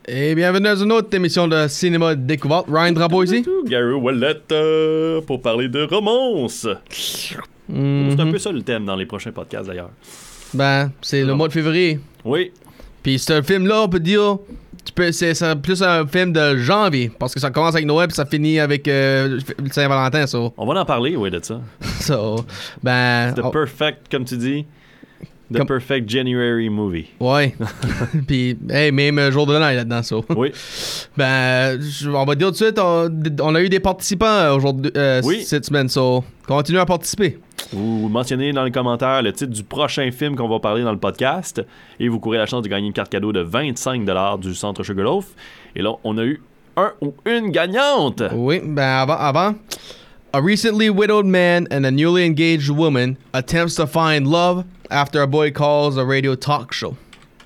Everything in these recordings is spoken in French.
Et bienvenue dans une autre émission de Cinéma Découverte. Ryan Drapeau ici. Gary Wallet pour parler de romance. C'est un peu ça le thème dans les prochains podcasts d'ailleurs. Ben, c'est le mois de février. Oui. Puis ce film-là, on peut dire, c'est plus un film de janvier. Parce que ça commence avec Noël puis ça finit avec Saint-Valentin, ça. On va en parler, oui, de ça. So, ben... The perfect, comme tu dis... The Perfect January Movie. Ouais. Puis, hey, même jour de l'an là-dedans, ça. Oui. Ben, on va dire tout de suite, on a eu des participants aujourd'hui, cette semaine, ça. Continuez à participer. Vous mentionnez dans les commentaires le titre du prochain film qu'on va parler dans le podcast et vous courez la chance de gagner une carte cadeau de 25$ du Centre Sugarloaf. Et là, on a eu un ou une gagnante. Oui, ben avant... A recently widowed man and a newly engaged woman attempts to find love after a boy calls a radio talk show.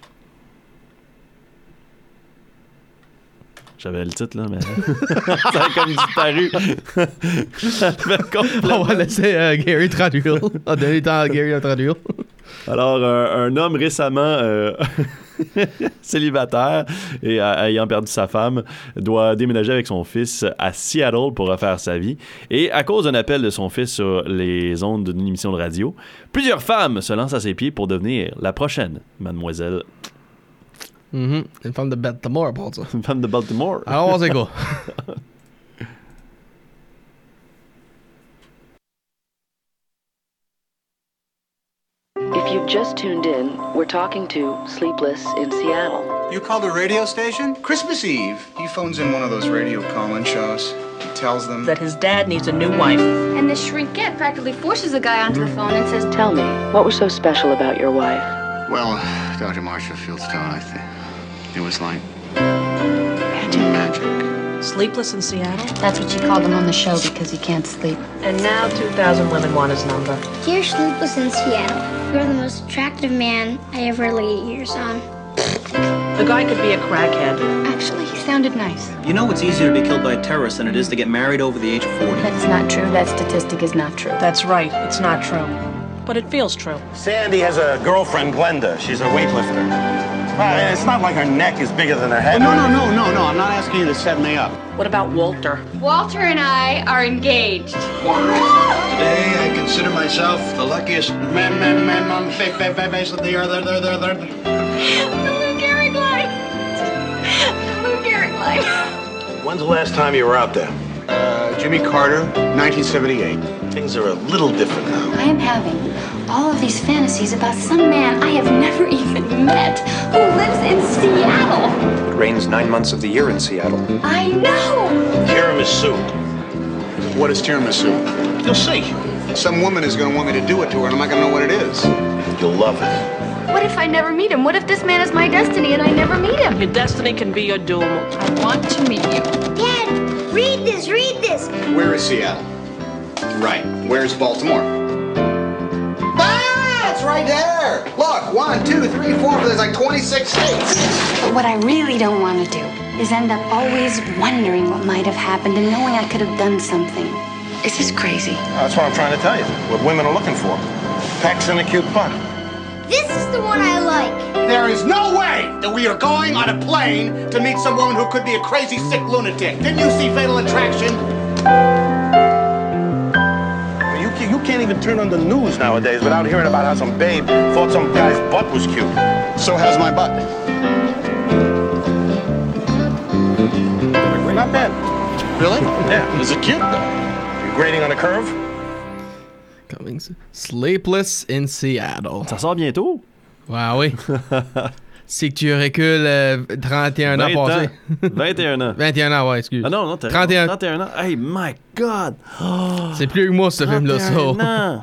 J'avais le titre, là, mais... ça a comme disparu. On va laisser Gary traduire. On va donner le temps à Gary de traduire. Alors, un homme récemment célibataire et ayant perdu sa femme doit déménager avec son fils à Seattle pour refaire sa vie. Et à cause d'un appel de son fils sur les ondes d'une émission de radio, plusieurs femmes se lancent à ses pieds pour devenir la prochaine mademoiselle. Une femme de Baltimore, pour ça. Une femme de Baltimore. Alors, on sait quoi. If you've just tuned in, we're talking to Sleepless in Seattle. You called a radio station? Christmas Eve. He phones in one of those radio call-in shows. He tells them that his dad needs a new wife. And the shrinkette practically forces the guy onto the phone and says, "Tell me, what was so special about your wife?" Well, Dr. Marcia Fieldstone, I think it was like magic. Sleepless in Seattle? That's what she called him on the show because he can't sleep. And now 2,000 women want his number. Dear Sleepless in Seattle, you're the most attractive man I ever laid ears on. The guy could be a crackhead. Actually, he sounded nice. You know it's easier to be killed by a terrorist than it is to get married over the age of 40. That's not true. That statistic is not true. That's right. It's not true. But it feels true. Sandy has a girlfriend, Glenda. She's a weightlifter. Well, it's not like her neck is bigger than her head. No. I'm not asking you to set me up. What about Walter? Walter and I are engaged. Today, I consider myself the luckiest man on the face of the earth. The Lou Gehrig line. The Lou Gehrig line. When's the last time you were out there? Jimmy Carter, 1978. Things are a little different now. I am having all of these fantasies about some man I have never even met who lives in Seattle. It rains 9 months of the year in Seattle. I know! Tiramisu. What is tiramisu? You'll see. Some woman is going to want me to do it to her, and I'm not going to know what it is. You'll love it. What if I never meet him? What if this man is my destiny and I never meet him? Your destiny can be your doom. I want to meet you. Dad, read this. Where is Seattle? Right. Where's Baltimore? It's right there. Look, 1, 2, 3, 4. There's like 26 states. But what I really don't want to do is end up always wondering what might have happened and knowing I could have done something. Is this crazy? That's what I'm trying to tell you. What women are looking for. Pecs and a cute butt. This is the one I like. There is no way that we are going on a plane to meet some woman who could be a crazy, sick lunatic. Didn't you see Fatal Attraction? You can't even turn on the news nowadays without hearing about how some babe thought some guy's butt was cute. So how's my butt? Not bad. Really? Yeah. Is it cute? You grading on a curve? Coming Sleepless in Seattle. Ça sort bientôt? Ouais, oui. C'est que tu recules 31 ans passés. 21 ans. 21 ans, ouais, excuse. Ah non, 31 ans. Hey, my God! Oh, c'est plus que moi, ce film-là, ça. 31 ans.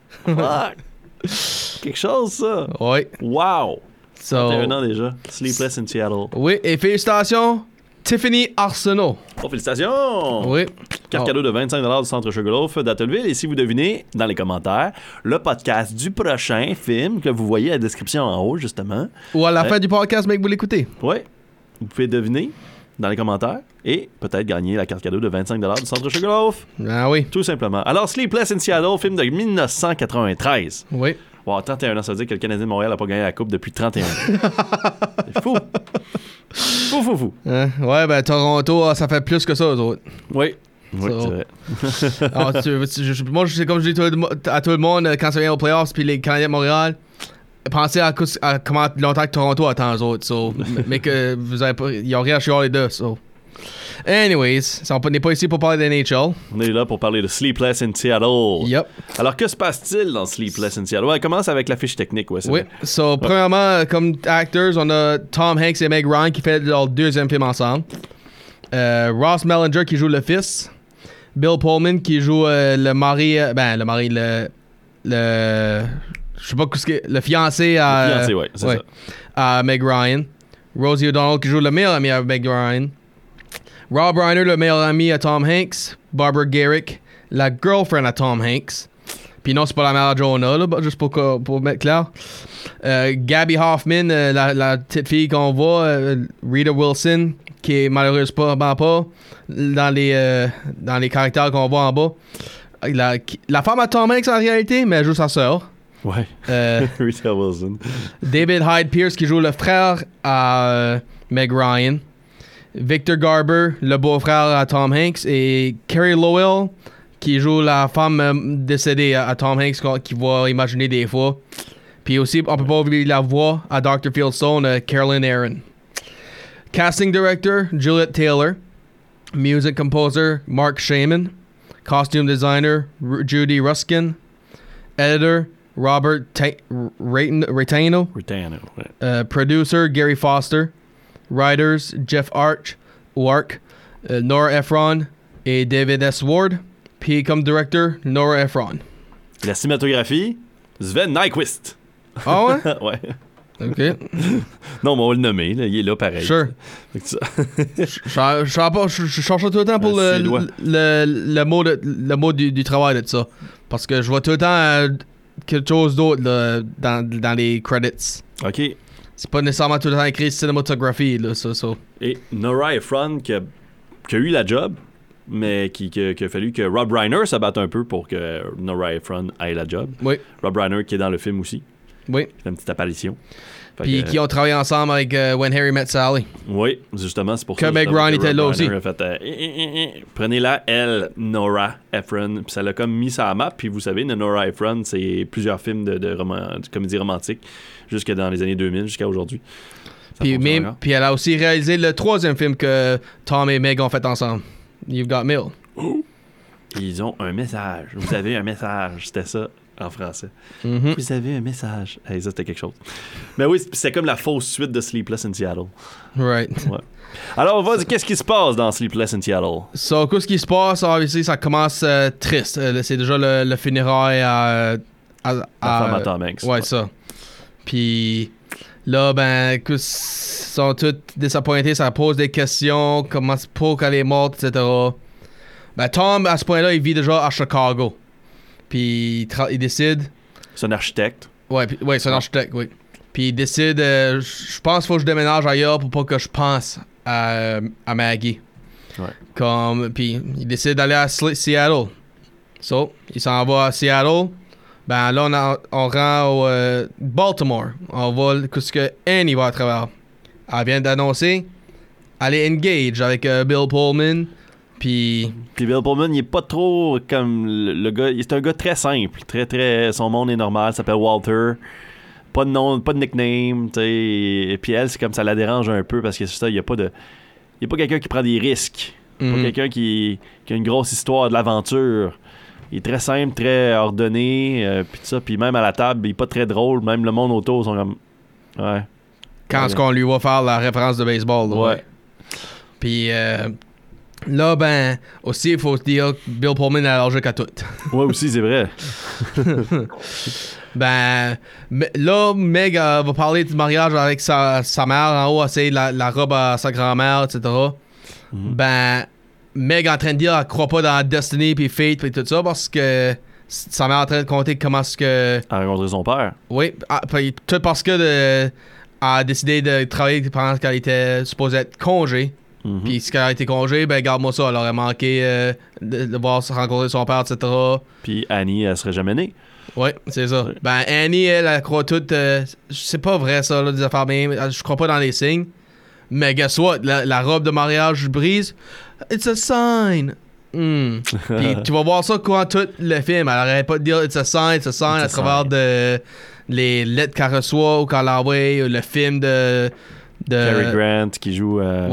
Fuck! Quelque chose, ça. Oui. Wow! So, 31 ans déjà. Sleepless in Seattle. Oui, et félicitations, Tiffany Arsenault. Oh, félicitations! Oui. Carte cadeau de 25$ du Centre Sugarloaf d'Attelville. Et si vous devinez, dans les commentaires, le podcast du prochain film que vous voyez à la description en haut, justement. Ou à la fin du podcast, mec, vous l'écoutez. Oui. Vous pouvez deviner dans les commentaires et peut-être gagner la carte cadeau de 25$ du Centre Sugarloaf. Ah oui. Tout simplement. Alors, Sleepless in Seattle, film de 1993. Oui. Wow, 31 ans, ça veut dire que le Canadien de Montréal n'a pas gagné la Coupe depuis 31 ans. C'est fou. Fou. Hein? Ouais, ben Toronto, ça fait plus que ça, eux autres. Oui. Oui, So. c'est vrai. Alors, moi, c'est comme je dis à tout le monde, quand ça vient aux playoffs, puis les Canadiens de Montréal, pensez à comment longtemps que Toronto attend eux autres. So, mais que vous avez pas, ils ont rien à chier les deux. So. Anyways, on n'est pas ici pour parler de NHL. On est là pour parler de Sleepless in Seattle. Yep. Alors, que se passe-t-il dans Sleepless in Seattle? Ouais, commence avec la fiche technique. Ouais, c'est Oui. vrai. So, premièrement, comme actors, on a Tom Hanks et Meg Ryan qui fait leur deuxième film ensemble. Ross Mellinger qui joue le fils. Bill Pullman qui joue le mari. Je sais pas ce que. Le fiancé à. Le fiancé, ouais, c'est ça. À Meg Ryan. Rosie O'Donnell qui joue le meilleur ami à Meg Ryan. Rob Reiner, le meilleur ami à Tom Hanks. Barbara Garrick, la girlfriend à Tom Hanks. Puis non, c'est pas la mère à Jonah, là, juste pour mettre clair. Gabby Hoffman, la petite fille qu'on voit. Rita Wilson, qui est malheureusement pas dans les caractères qu'on voit en bas. La femme à Tom Hanks en réalité, mais elle joue sa sœur. Ouais. Rita Wilson. David Hyde Pierce qui joue le frère à Meg Ryan. Victor Garber, le beau-frère à Tom Hanks. Et Carrie Lowell qui joue la femme décédée à Tom Hanks qui va imaginer des fois. Puis aussi, on peut pas oublier la voix à Dr. Fieldstone, Carolyn Aaron. Casting Director, Juliet Taylor. Music Composer, Mark Shaman. Costume Designer, Judy Ruskin. Editor, Robert Retaino. Ouais. Producer, Gary Foster. Writers, Jeff Wark. Nora Ephron et David S. Ward. Puis comme director, Nora Ephron. La cinématographie, Sven Nyquist. Ah ouais? Ouais. OK. Non, mais on va le nommer, là, il est là pareil. Sure. Je cherche tout le temps pour le mot du travail de ça. Parce que je vois tout le temps quelque chose d'autre là, dans les credits. OK. C'est pas nécessairement tout le temps écrit cinématographie, là, ça. Et Nora Ephron qui a eu la job, mais qu'il a fallu que Rob Reiner se batte un peu pour que Nora Ephron ait la job. Oui. Rob Reiner qui est dans le film aussi. Oui. C'est une petite apparition. Puis qui ont travaillé ensemble avec When Harry Met Sally. Oui, justement, c'est pour que ça Meg Ryan était là aussi. A fait, prenez-la, elle, Nora Ephron. Puis ça l'a comme mis sur la map. Puis vous savez, Nora Ephron, c'est plusieurs films de comédie romantique jusque dans les années 2000, jusqu'à aujourd'hui. Puis elle a aussi réalisé le troisième film que Tom et Meg ont fait ensemble. You've Got Mail. Ils ont un message. Vous avez un message. C'était ça en français. Mm-hmm. Vous avez un message. Hey, ça, c'était quelque chose. Mais oui, c'est comme la fausse suite de Sleepless in Seattle. Right. Ouais. Alors, vas-y, qu'est-ce qui se passe dans Sleepless in Seattle? So, qu'est-ce qui se passe? Obviously, ça commence triste. C'est déjà le funérail à la femme à Tom Hanks. Ouais, ça. Puis là, ben, ils sont tous désappointés. Ça pose des questions. Comment c'est pour qu'elle est morte, etc. Ben, Tom, à ce point-là, il vit déjà à Chicago. Puis il décide. C'est un architecte. Ouais, c'est un architecte, oui. Puis il décide, je pense qu'il faut que je déménage ailleurs pour pas que je pense à Maggie. Ouais. Puis il décide d'aller à Seattle. So, il s'en va à Seattle. Ben là, on rend au Baltimore. On va ce que Annie va à travers. Elle vient d'annoncer. Elle est engaged avec Bill Pullman. Puis Bill Pullman, il est pas trop comme le gars. C'est un gars très simple. Très, son monde est normal. Il s'appelle Walter. Pas de nom, pas de nickname. T'sais. Et puis elle, c'est comme ça la dérange un peu parce que c'est ça, il y a pas quelqu'un qui prend des risques. Mm-hmm. Pas quelqu'un qui a une grosse histoire de l'aventure. Il est très simple, très ordonné. Puis ça. Puis même à la table, il est pas très drôle. Même le monde autour sont comme. Ouais. Quand est-ce qu'on lui va faire la référence de baseball. Là, ouais. Puis là, ben, aussi, il faut se dire que Bill Pullman est allergique à tout. Ouais, aussi, c'est vrai. Ben, là, Meg va parler du mariage avec sa mère en haut, essayer la robe à sa grand-mère, etc. Mm-hmm. Ben, Meg est en train de dire qu'elle croit pas dans Destiny puis Fate puis tout ça parce que sa mère est en train de compter comment est-ce que... Elle a rencontré son père. Oui, tout parce que elle a décidé de travailler pendant qu'elle était supposée être congé. Mm-hmm. Puis si elle a été congé, ben garde-moi ça. Elle aurait manqué de voir rencontrer son père, etc. Puis Annie, elle serait jamais née. Oui, c'est ça. Ouais. Ben Annie, elle croit toute... c'est pas vrai ça, là, des affaires bien... Je crois pas dans les signes. Mais guess what? La robe de mariage brise. It's a sign. Puis tu vas voir ça courant tout le film. Elle arrête pas de dire it's a sign à travers les lettres qu'elle reçoit ou qu'elle envoie, le film de Cary Grant qui joue An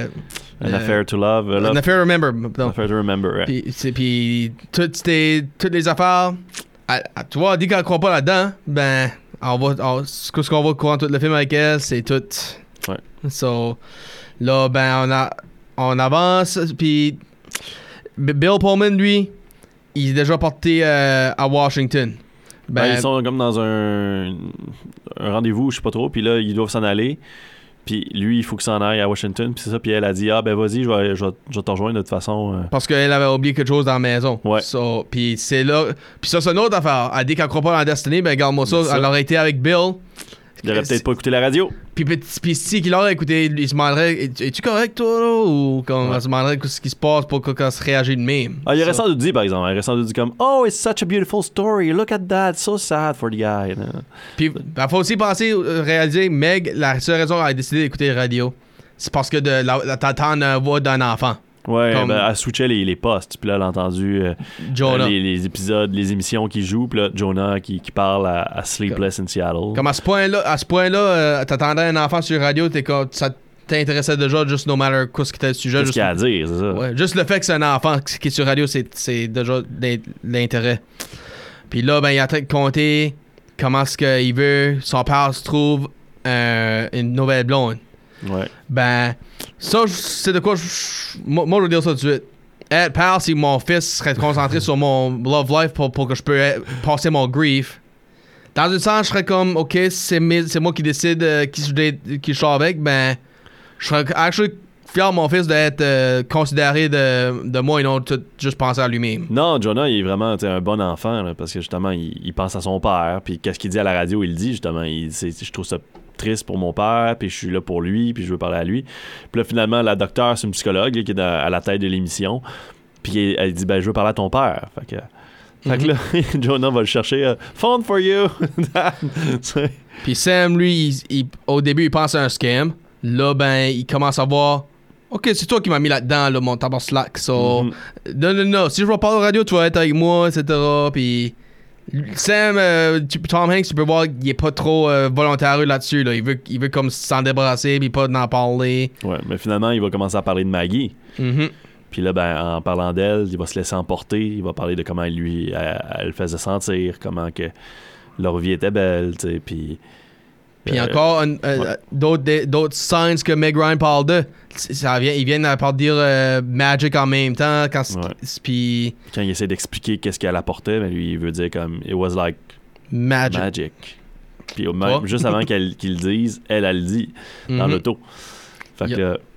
Affair to Love. An Affair to Remember. An Affair to Remember, ouais. Puis toutes les affaires, tu vois, dit qu'elle croit pas là-dedans, ben, ce qu'on va courant tout le film avec elle, c'est tout. Ouais. So, là, ben, on avance, puis Bill Pullman, lui, il est déjà parti à Washington. Ben, ils sont comme dans un rendez-vous, je sais pas trop, puis là, ils doivent s'en aller. Puis lui, il faut qu'il s'en aille à Washington. Puis c'est ça. Puis elle a dit, ben vas-y, je vais te rejoindre de toute façon. Parce qu'elle avait oublié quelque chose dans la maison. Ouais. So, puis c'est là. Puis ça, c'est une autre affaire. Elle dit qu'elle croit pas dans la destinée. Ben regarde-moi ça. Elle aurait été avec Bill. Il aurait peut-être pas écouté la radio. Puis si qu'il aurait écouté, il se demanderait, es-tu correct toi là? Ou comme elle se demanderait ce qui se passe pour qu'elle se réagisse de même. Il aurait sans doute dit, par exemple. Il aurait sans doute dit comme, oh, it's such a beautiful story. Look at that. So sad for the guy. Puis il faut aussi penser, réaliser, Meg, la seule raison qu'elle a décidé d'écouter la radio, c'est parce que t'entends la voix d'un enfant. Ouais, elle switchait les postes, puis là, elle a entendu les épisodes, les émissions qui jouent, puis là, Jonah qui parle à Sleepless in Seattle. Comme à ce point-là, t'attendais un enfant sur la radio, ça t'intéressait déjà, juste no matter quoi ce qui était le sujet. Qu'est-ce qu'il y a à dire, c'est ça? Ouais, juste le fait que c'est un enfant qui est sur la radio, c'est déjà l'intérêt. Puis là, ben, il est en train de compter comment est-ce qu'il veut, son père se trouve une nouvelle blonde. Ouais. Ben, ça, c'est de quoi moi, je veux dire ça tout de suite. Pal, si mon fils serait concentré sur mon love life pour que je peux passer mon grief, dans un sens, je serais comme, ok, c'est moi qui décide qui je sors avec, ben, je serais actually fier de mon fils d'être considéré de moi et non juste penser à lui-même. Non, Jonah, il est vraiment un bon enfant, là, parce que justement, il pense à son père, puis qu'est-ce qu'il dit à la radio, il le dit, justement, je trouve ça triste pour mon père, puis je suis là pour lui, puis je veux parler à lui. Puis là, finalement, la docteure, c'est une psychologue là, qui est à la tête de l'émission, puis elle dit, ben, je veux parler à ton père. Fait que là, Jonah va le chercher. Phone for you! Puis Sam, lui, au début, il pense à un scam. Là, ben, il commence à voir, ok, c'est toi qui m'as mis là-dedans, là, mon tabac slack. So, non, si je vais parler au radio, tu vas être avec moi, etc. Puis Sam, Tom Hanks, tu peux voir qu'il est pas trop volontaire là-dessus. Là. Il veut comme s'en débarrasser puis pas d'en parler. Ouais, mais finalement, il va commencer à parler de Maggie. Puis là, ben, en parlant d'elle, il va se laisser emporter. Il va parler de comment elle le faisait sentir, comment que leur vie était belle, tu sais, puis encore d'autres signs que Meg Ryan parle de. Ils viennent par dire magic en même temps. Quand il essaie d'expliquer qu'est-ce qu'elle apportait, mais lui, il veut dire comme it was like magic. Puis juste avant qu'ils le disent, elle le dit dans l'auto. Fait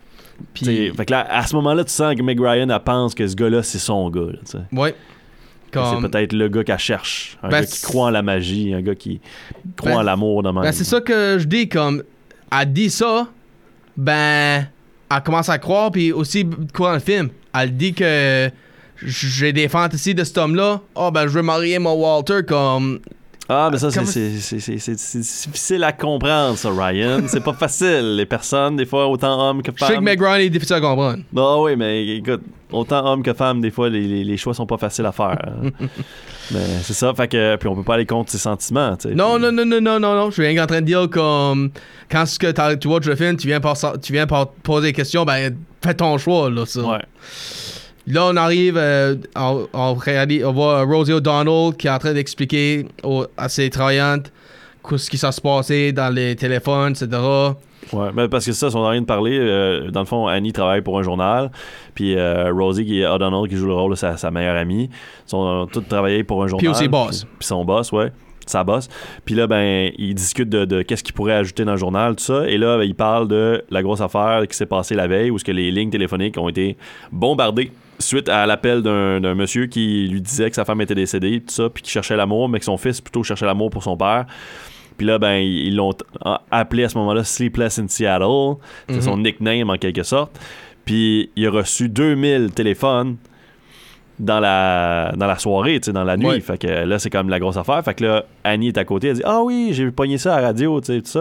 que là, à ce moment-là, tu sens que Meg Ryan, elle pense que ce gars-là, c'est son gars. Ouais. C'est peut-être le gars qu'elle cherche. Un gars qui croit en la magie, un gars qui croit en l'amour. C'est ça que je dis, comme elle dit ça, ben elle commence à croire, puis aussi dans le film, elle dit que j'ai des fantaisies de cet homme-là. Ben je veux marier mon Walter comme... Ah, mais ça, c'est difficile à comprendre, ça, Ryan. C'est pas facile. Les personnes, des fois, autant hommes que femmes. Je sais que Meg Ryan est difficile à comprendre. Non, oui, mais écoute, autant hommes que femmes, des fois, les choix sont pas faciles à faire. Mais c'est ça, fait que, puis on peut pas aller contre ses sentiments, tu sais. Non. Je suis rien en train de dire comme, quand tu watches le film, tu viens par poser des questions, ben, fais ton choix, là, ça. Ouais. Là, on arrive, on voit Rosie O'Donnell qui est en train d'expliquer à ses travaillantes ce qui s'est passé dans les téléphones, etc. Ouais, mais parce que ça, ils sont en train de parler. Dans le fond, Annie travaille pour un journal, puis Rosie O'Donnell, qui joue le rôle de sa meilleure amie, sont toutes travaillées pour un journal. Puis aussi boss. Puis son boss, ouais. Sa boss. Puis là, ben, ils discutent de qu'est-ce qu'ils pourraient ajouter dans le journal, tout ça. Et là, ben, ils parlent de la grosse affaire qui s'est passée la veille, où ce que les lignes téléphoniques ont été bombardées suite à l'appel d'un monsieur qui lui disait que sa femme était décédée, tout ça, puis qui cherchait l'amour, mais que son fils plutôt cherchait l'amour pour son père. Puis là, ben, ils l'ont appelé à ce moment-là Sleepless in Seattle. C'est son nickname en quelque sorte. Puis il a reçu 2000 téléphones dans la soirée, tu sais, dans la nuit. Ouais. Fait que là, c'est comme la grosse affaire. Fait que là, Annie est à côté, elle dit « Ah oui, j'ai pogné ça à la radio, tu sais, tout ça. »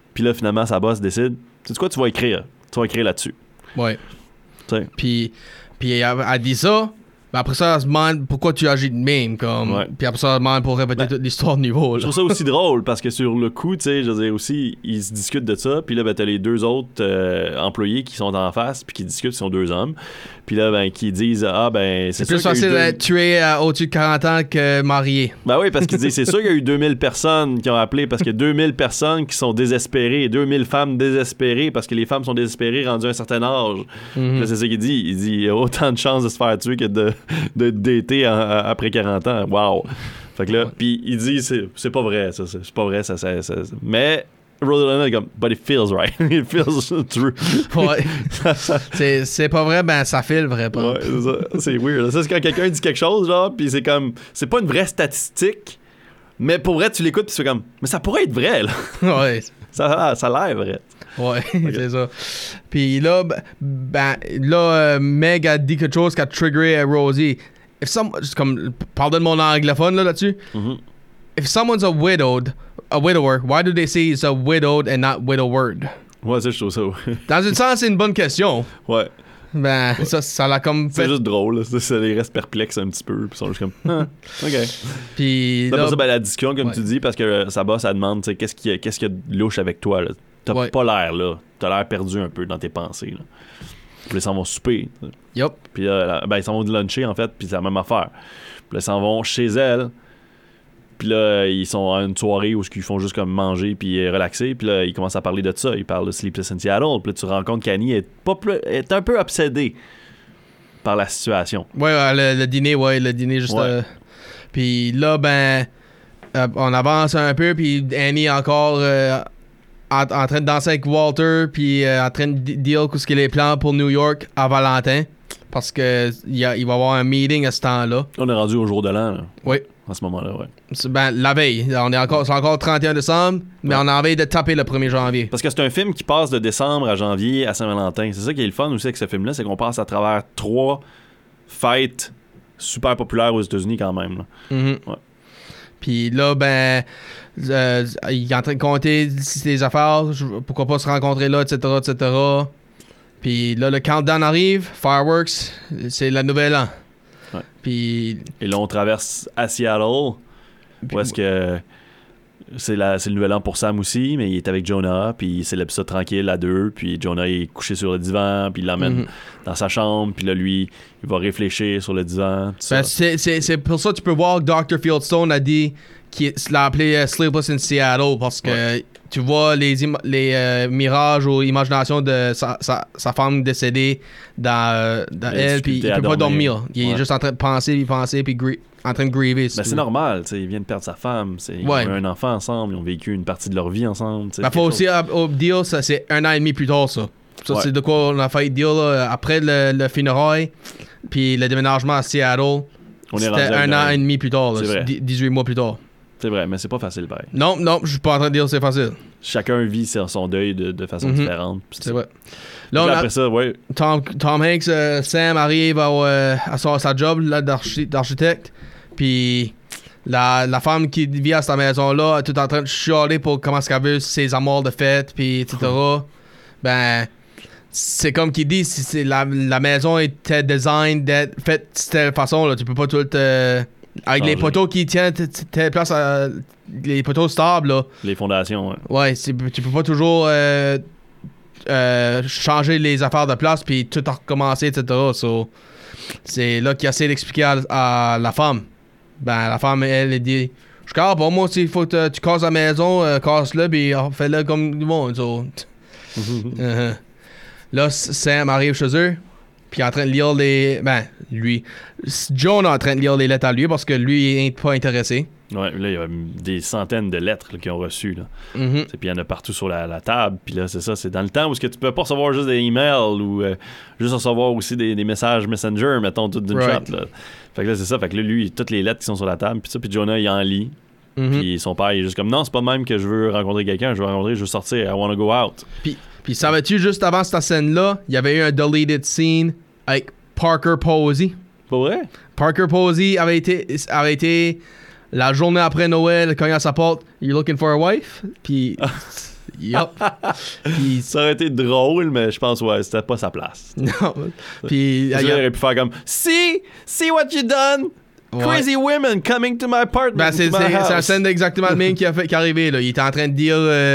Puis là, finalement, sa boss décide, tu sais quoi, tu vas écrire là-dessus. Ouais. T'sais. Puis elle dit ça. Ben après ça, elle se demande pourquoi tu agis de même. Comme. Ouais. Puis après ça, elle se demande pour répéter toute l'histoire de nouveau. Je trouve ça aussi drôle parce que sur le coup, tu sais, je veux dire aussi, ils se discutent de ça. Puis là, ben, t'as les deux autres employés qui sont en face puis qui discutent, ils sont deux hommes. Puis là, ben, qui disent, c'est plus facile d'être tué au-dessus de 40 ans que marié. Ben oui, parce qu'ils disent, c'est sûr qu'il y a eu 2000 personnes qui ont appelé parce qu'il y a 2000 personnes qui sont désespérées, 2000 femmes désespérées parce que les femmes sont désespérées rendues à un certain âge. Là, c'est ça qu'il dit. Il dit, il y a autant de chances de se faire tuer que de dater après 40 ans. Wow! Fait que là, puis il dit, c'est pas vrai, ça. C'est pas vrai, ça. Mais Rosalinda est comme, but it feels right. It feels true. Ouais. c'est pas vrai, ben ça file vrai pas. Ouais, c'est ça. C'est weird. Ça, c'est quand quelqu'un dit quelque chose, genre, puis c'est comme, c'est pas une vraie statistique, mais pour vrai, tu l'écoutes, puis c'est comme, mais ça pourrait être vrai, là. Ouais. Ça a l'air vrai. Ouais, okay. C'est ça. Puis là, Meg a dit quelque chose qui a triggeré Rosie. Pardonne mon anglophone là-dessus. Mm-hmm. If someone's a widower, why do they say it's a widowed and not widowered? Ouais, ça, je trouve ça. Dans un sens, c'est une bonne question. Ouais. Ben, ouais. Ça l'a comme fait... C'est juste drôle, ça les reste perplexes un petit peu, puis ils sont juste comme, OK. Puis là... ça, ben, la discussion, comme tu dis, parce que sa boss, elle demande, tu sais, qu'est-ce qu'il y a de louche avec toi, là? T'as pas l'air, là. T'as l'air perdu un peu dans tes pensées, là. Puis là, ils s'en vont souper. Yup. Puis là, ils s'en vont luncher, en fait, puis c'est la même affaire. Puis là, ils s'en vont chez elle. Puis là, ils sont à une soirée où ils font juste comme manger puis relaxer. Puis là, ils commencent à parler de ça. Ils parlent de Sleepless in Seattle. Puis là, tu te rends compte qu'Annie est un peu obsédée par la situation. Ouais, le dîner juste... Ouais. Puis là, ben... on avance un peu, puis Annie est encore en train de danser avec Walter, puis en train de deal ce qu'il les plans pour New York à Valentin. Parce que il va y avoir un meeting à ce temps-là. On est rendu au jour de l'an, là. Oui. À ce moment-là, ouais. Ben, la veille. C'est encore le 31 décembre, mais on a envie de taper le 1er janvier. Parce que c'est un film qui passe de décembre à janvier à Saint-Valentin. C'est ça qui est le fun aussi avec ce film-là, c'est qu'on passe à travers 3 fêtes super populaires aux États-Unis quand même. Là. Mm-hmm. Ouais. Puis là, ben, il est en train de compter ses affaires, pourquoi pas se rencontrer là, etc., etc. Puis là, le countdown arrive, fireworks, c'est la nouvelle an. Ouais. Puis... Et là, on traverse à Seattle, où est-ce que c'est le nouvel an pour Sam aussi, mais il est avec Jonah, puis c'est l'épisode tranquille à 2, puis Jonah est couché sur le divan, puis il l'emmène dans sa chambre, puis là, lui, il va réfléchir sur le divan. Ben, c'est pour ça que tu peux voir que Dr. Fieldstone a dit qu'il l'a appelé Sleepless in Seattle, parce que tu vois les mirages ou imaginations de sa femme décédée dans elle, puis il peut pas dormir. Il est juste en train de penser, puis en train de griever. Ben, c'est normal, il vient de perdre sa femme, ils ont eu un enfant ensemble, ils ont vécu une partie de leur vie ensemble. Il faut aussi dire, ça c'est 1 an et demi plus tard, ça. C'est de quoi on a failli dire là, après le funérail, puis le déménagement à Seattle. C'était 1 an et demi plus tard, là, 18 mois plus tard. C'est vrai, mais c'est pas facile, pareil. Non, je suis pas en train de dire que c'est facile. Chacun vit son deuil de façon différente. C'est vrai. Là, après ça, ouais. Tom Hanks, Sam arrive à sa job là, d'architecte. Puis la femme qui vit à cette maison-là est tout en train de chialer pour comment est-ce qu'elle veut ses amours de fête, puis etc. Ben, c'est comme qu'il dit, la maison était design d'être faite de telle façon, là. Tu peux pas tout avec les poteaux qui tiennent telle place, les poteaux stables, là. Les fondations, ouais. Ouais, tu peux pas toujours changer les affaires de place puis tout recommencer, etc. So, c'est là qu'il essaie d'expliquer à la femme. Ben, la femme, elle dit, je carre pas, moi, s'il faut que tu casses la maison, casse-le, puis fais-le comme du monde. So. Là, Sam arrive chez eux, puis en train de lire John est en train de lire les lettres à lui parce que lui, il n'est pas intéressé. Ouais, là, il y a des centaines de lettres qu'ils ont reçues. Puis il y en a partout sur la table. Puis là, c'est ça, c'est dans le temps où tu peux pas recevoir juste des emails ou juste recevoir aussi des messages Messenger, mettons, tout d'une shot. Là. Fait que là, c'est ça. Fait que là, lui, toutes les lettres qui sont sur la table, puis ça, puis Jonah, il en lit. Puis son père, il est juste comme, non, c'est pas de même que je veux rencontrer quelqu'un, je veux sortir, I wanna go out. Puis savais-tu, juste avant cette scène-là, il y avait eu un deleted scene avec Parker Posey. Pas vrai? Parker Posey avait été la journée après Noël, quand il a sa porte, You looking for a wife? Puis Yup. Puis ça aurait été drôle, mais je pense, ouais, c'était pas sa place. non. Puis il aurait pu faire comme see what you done. Ouais. Crazy women coming to my apartment. Ben, c'est la scène exactement le même qui est arrivé. Là. Il était en train de dire.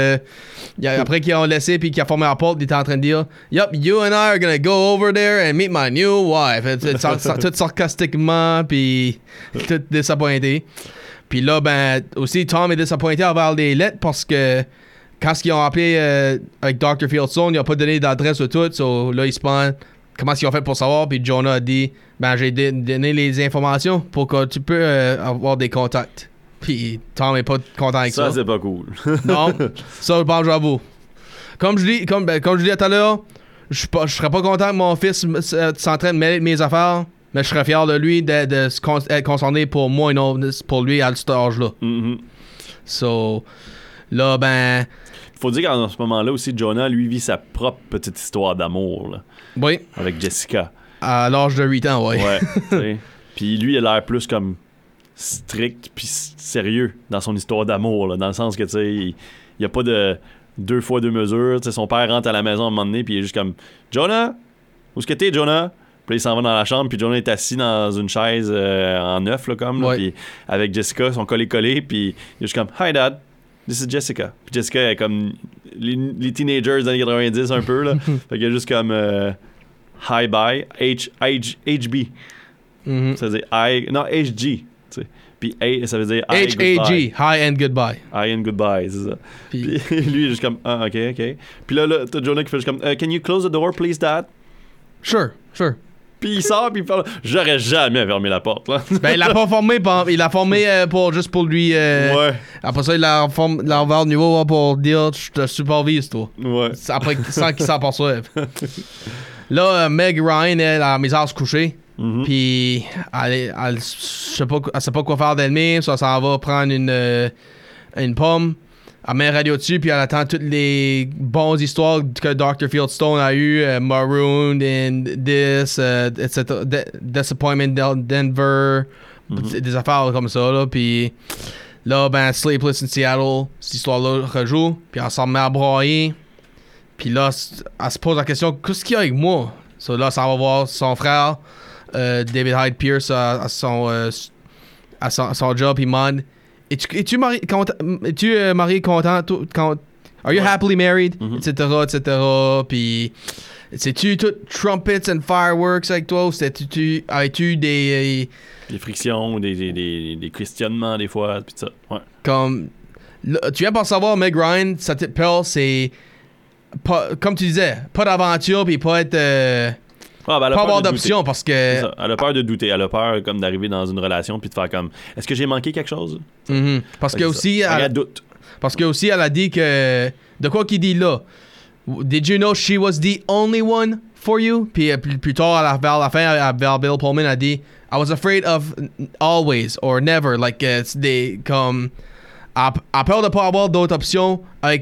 Après qu'ils ont laissé puis qu'il a formé la porte, il était en train de dire yup, you and I are gonna go over there and meet my new wife. Tout sarcastiquement, puis tout désappointé. Puis là, ben, aussi, Tom est désappointé envers les lettres parce que quand ils ont appelé avec Dr. Fieldstone, il n'a pas donné d'adresse ou tout. So, là, ils se demandent comment ils ont fait pour savoir. Puis Jonah a dit ben, j'ai donné les informations pour que tu peux avoir des contacts. Puis Tom n'est pas content avec ça. Ça, c'est pas cool. Non, ça, je pense, j'avoue. Comme je dis tout à l'heure, je serais pas content que mon fils s'entraîne de mêler mes affaires, mais je serais fier de lui être concerné pour moi et non pour lui à cet âge-là. Mm-hmm. So, là, ben... Faut dire qu'en ce moment-là aussi, Jonah, lui, vit sa propre petite histoire d'amour. Là, oui. Avec Jessica. À l'âge de 8 ans, oui. Ouais, tu sais. Puis lui, il a l'air plus comme strict puis sérieux dans son histoire d'amour, là, dans le sens que, tu sais, il n'y a pas de 2 fois 2 mesures. Tu sais, son père rentre à la maison à un moment donné, puis il est juste comme « Jonah? Où est-ce que t'es, Jonah? » Puis là, il s'en va dans la chambre, puis Jonah est assis dans une chaise en neuf, là, comme, là, puis avec Jessica, son collé-collé, puis il est juste comme « Hi, Dad. This is Jessica. » Puis Jessica est comme les teenagers des années 90 un peu, là. Fait qu'il y a juste comme Hi, bye, HB. Mm-hmm. Ça veut dire non, HG. Puis A, ça veut dire H-A-G, Hi and Goodbye. Hi and Goodbye, c'est ça. Puis lui, il est juste comme, ah, OK. Puis là, t'as Jonah qui fait juste comme, can you close the door, please, Dad? Sure. Puis il sort, puis il parle, j'aurais jamais fermé la porte, là. Ben, il l'a pas formé, il l'a formé juste pour lui. Ouais. Après ça, il l'a ouvert le niveau pour dire, je te supervise, toi. Ouais. Après, sans qu'il s'en poursuive. Là, Meg Ryan, elle a mis à se coucher. Mm-hmm. Puis, elle sait pas quoi faire d'elle-même. Ça s'en va prendre une pomme. Elle met un radio dessus, puis elle attend toutes les bonnes histoires que Dr. Fieldstone a eues. Marooned in this, etc. Disappointment Denver. Mm-hmm. Des affaires comme ça, là. Puis là, ben, Sleepless in Seattle, cette histoire-là rejoue. Puis elle s'en met à broyer. Puis là, elle se pose la question, qu'est-ce qu'il y a avec moi? So là, ça va voir son frère, David Hyde Pierce, à son job. Il demande, es-tu marié content? Are you happily married? Mm-hmm. Etc. Puis, sais-tu tout trumpets and fireworks avec toi? Ou as-tu des frictions, des questionnements des fois, puis ça. Ouais. Comme, là, tu viens pas savoir, Meg Ryan, sa petite perle, c'est... comme tu disais, pas d'aventure puis pas être pas avoir d'option parce que elle a peur de douter, elle a peur comme d'arriver dans une relation puis de faire comme est-ce que j'ai manqué quelque chose? Mm-hmm. Parce que aussi elle doute. Parce que aussi elle a dit que de quoi qu'il dit là, did you know she was the only one for you? Puis plus tard vers la fin vers Bill Pullman a dit I was afraid of always or never, like des comme à peur de pas avoir d'autres options avec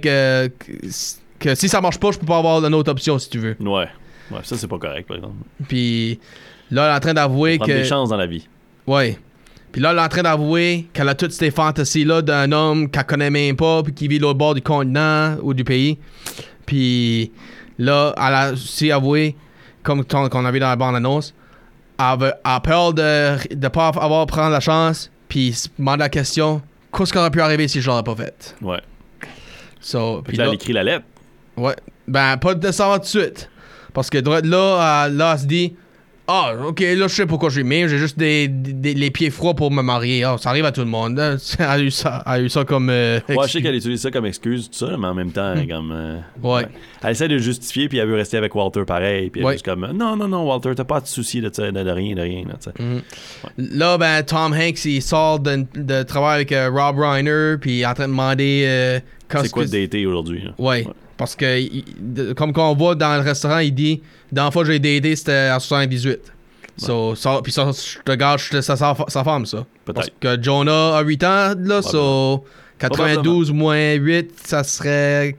que si ça marche pas, je peux pas avoir une autre option si tu veux. Ouais, ça c'est pas correct par exemple. Puis là, elle est en train d'avouer que... des chances dans la vie. Ouais. Puis là, elle est en train d'avouer qu'elle a toutes ces fantasies-là d'un homme qu'elle connaît même pas puis qui vit l'autre bord du continent ou du pays. Puis là, elle a aussi avoué, comme qu'on a vu dans la bande-annonce, elle a peur de pas prendre la chance puis se demander la question, qu'est-ce qui aurait pu arriver si je l'aurais pas fait? Ouais. Puis là, elle écrit la lettre. Ouais. Ben, pas de savoir tout de suite. Parce que là, elle se dit OK, là, je sais pourquoi je suis mis. J'ai juste les pieds froids pour me marier. Ça arrive à tout le monde. Elle a eu ça comme. Ouais, je sais qu'elle utilise ça comme excuse, tout ça, mais en même temps, comme. Ouais. Elle essaie de justifier, puis elle veut rester avec Walter pareil. Puis elle est juste comme non, Walter, t'as pas de souci de rien. Là, là, ben, Tom Hanks, il sort de travailler avec Rob Reiner, puis il est en train de demander. C'est quoi de dater aujourd'hui? Là? Ouais. Parce que, comme qu'on voit dans le restaurant, il dit dans la fois que j'ai daté, c'était en 78. Ouais. Puis ça, je te gâche sa femme, ça. Peut-être. Parce que Jonah a 8 ans, là, 92 moins 8, ça serait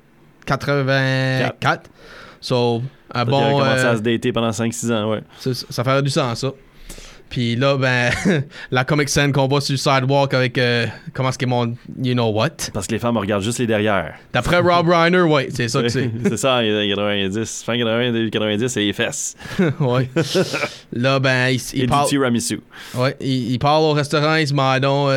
84. So, un bon. Il a commencé à se dater pendant 5-6 ans, ouais. Ça fait du sens, ça. Puis là, ben, la comic scène qu'on voit sur le sidewalk avec comment est-ce qu'ils montent You Know What. Parce que les femmes regardent juste les derrière. D'après Rob Reiner, ouais, c'est ça que c'est. C'est ça, il y a 90. Fin 80, début 90, c'est les fesses. Ouais. Là, ben, il parle. Du tiramisu. Ouais, il parle au restaurant, il se dit, donc,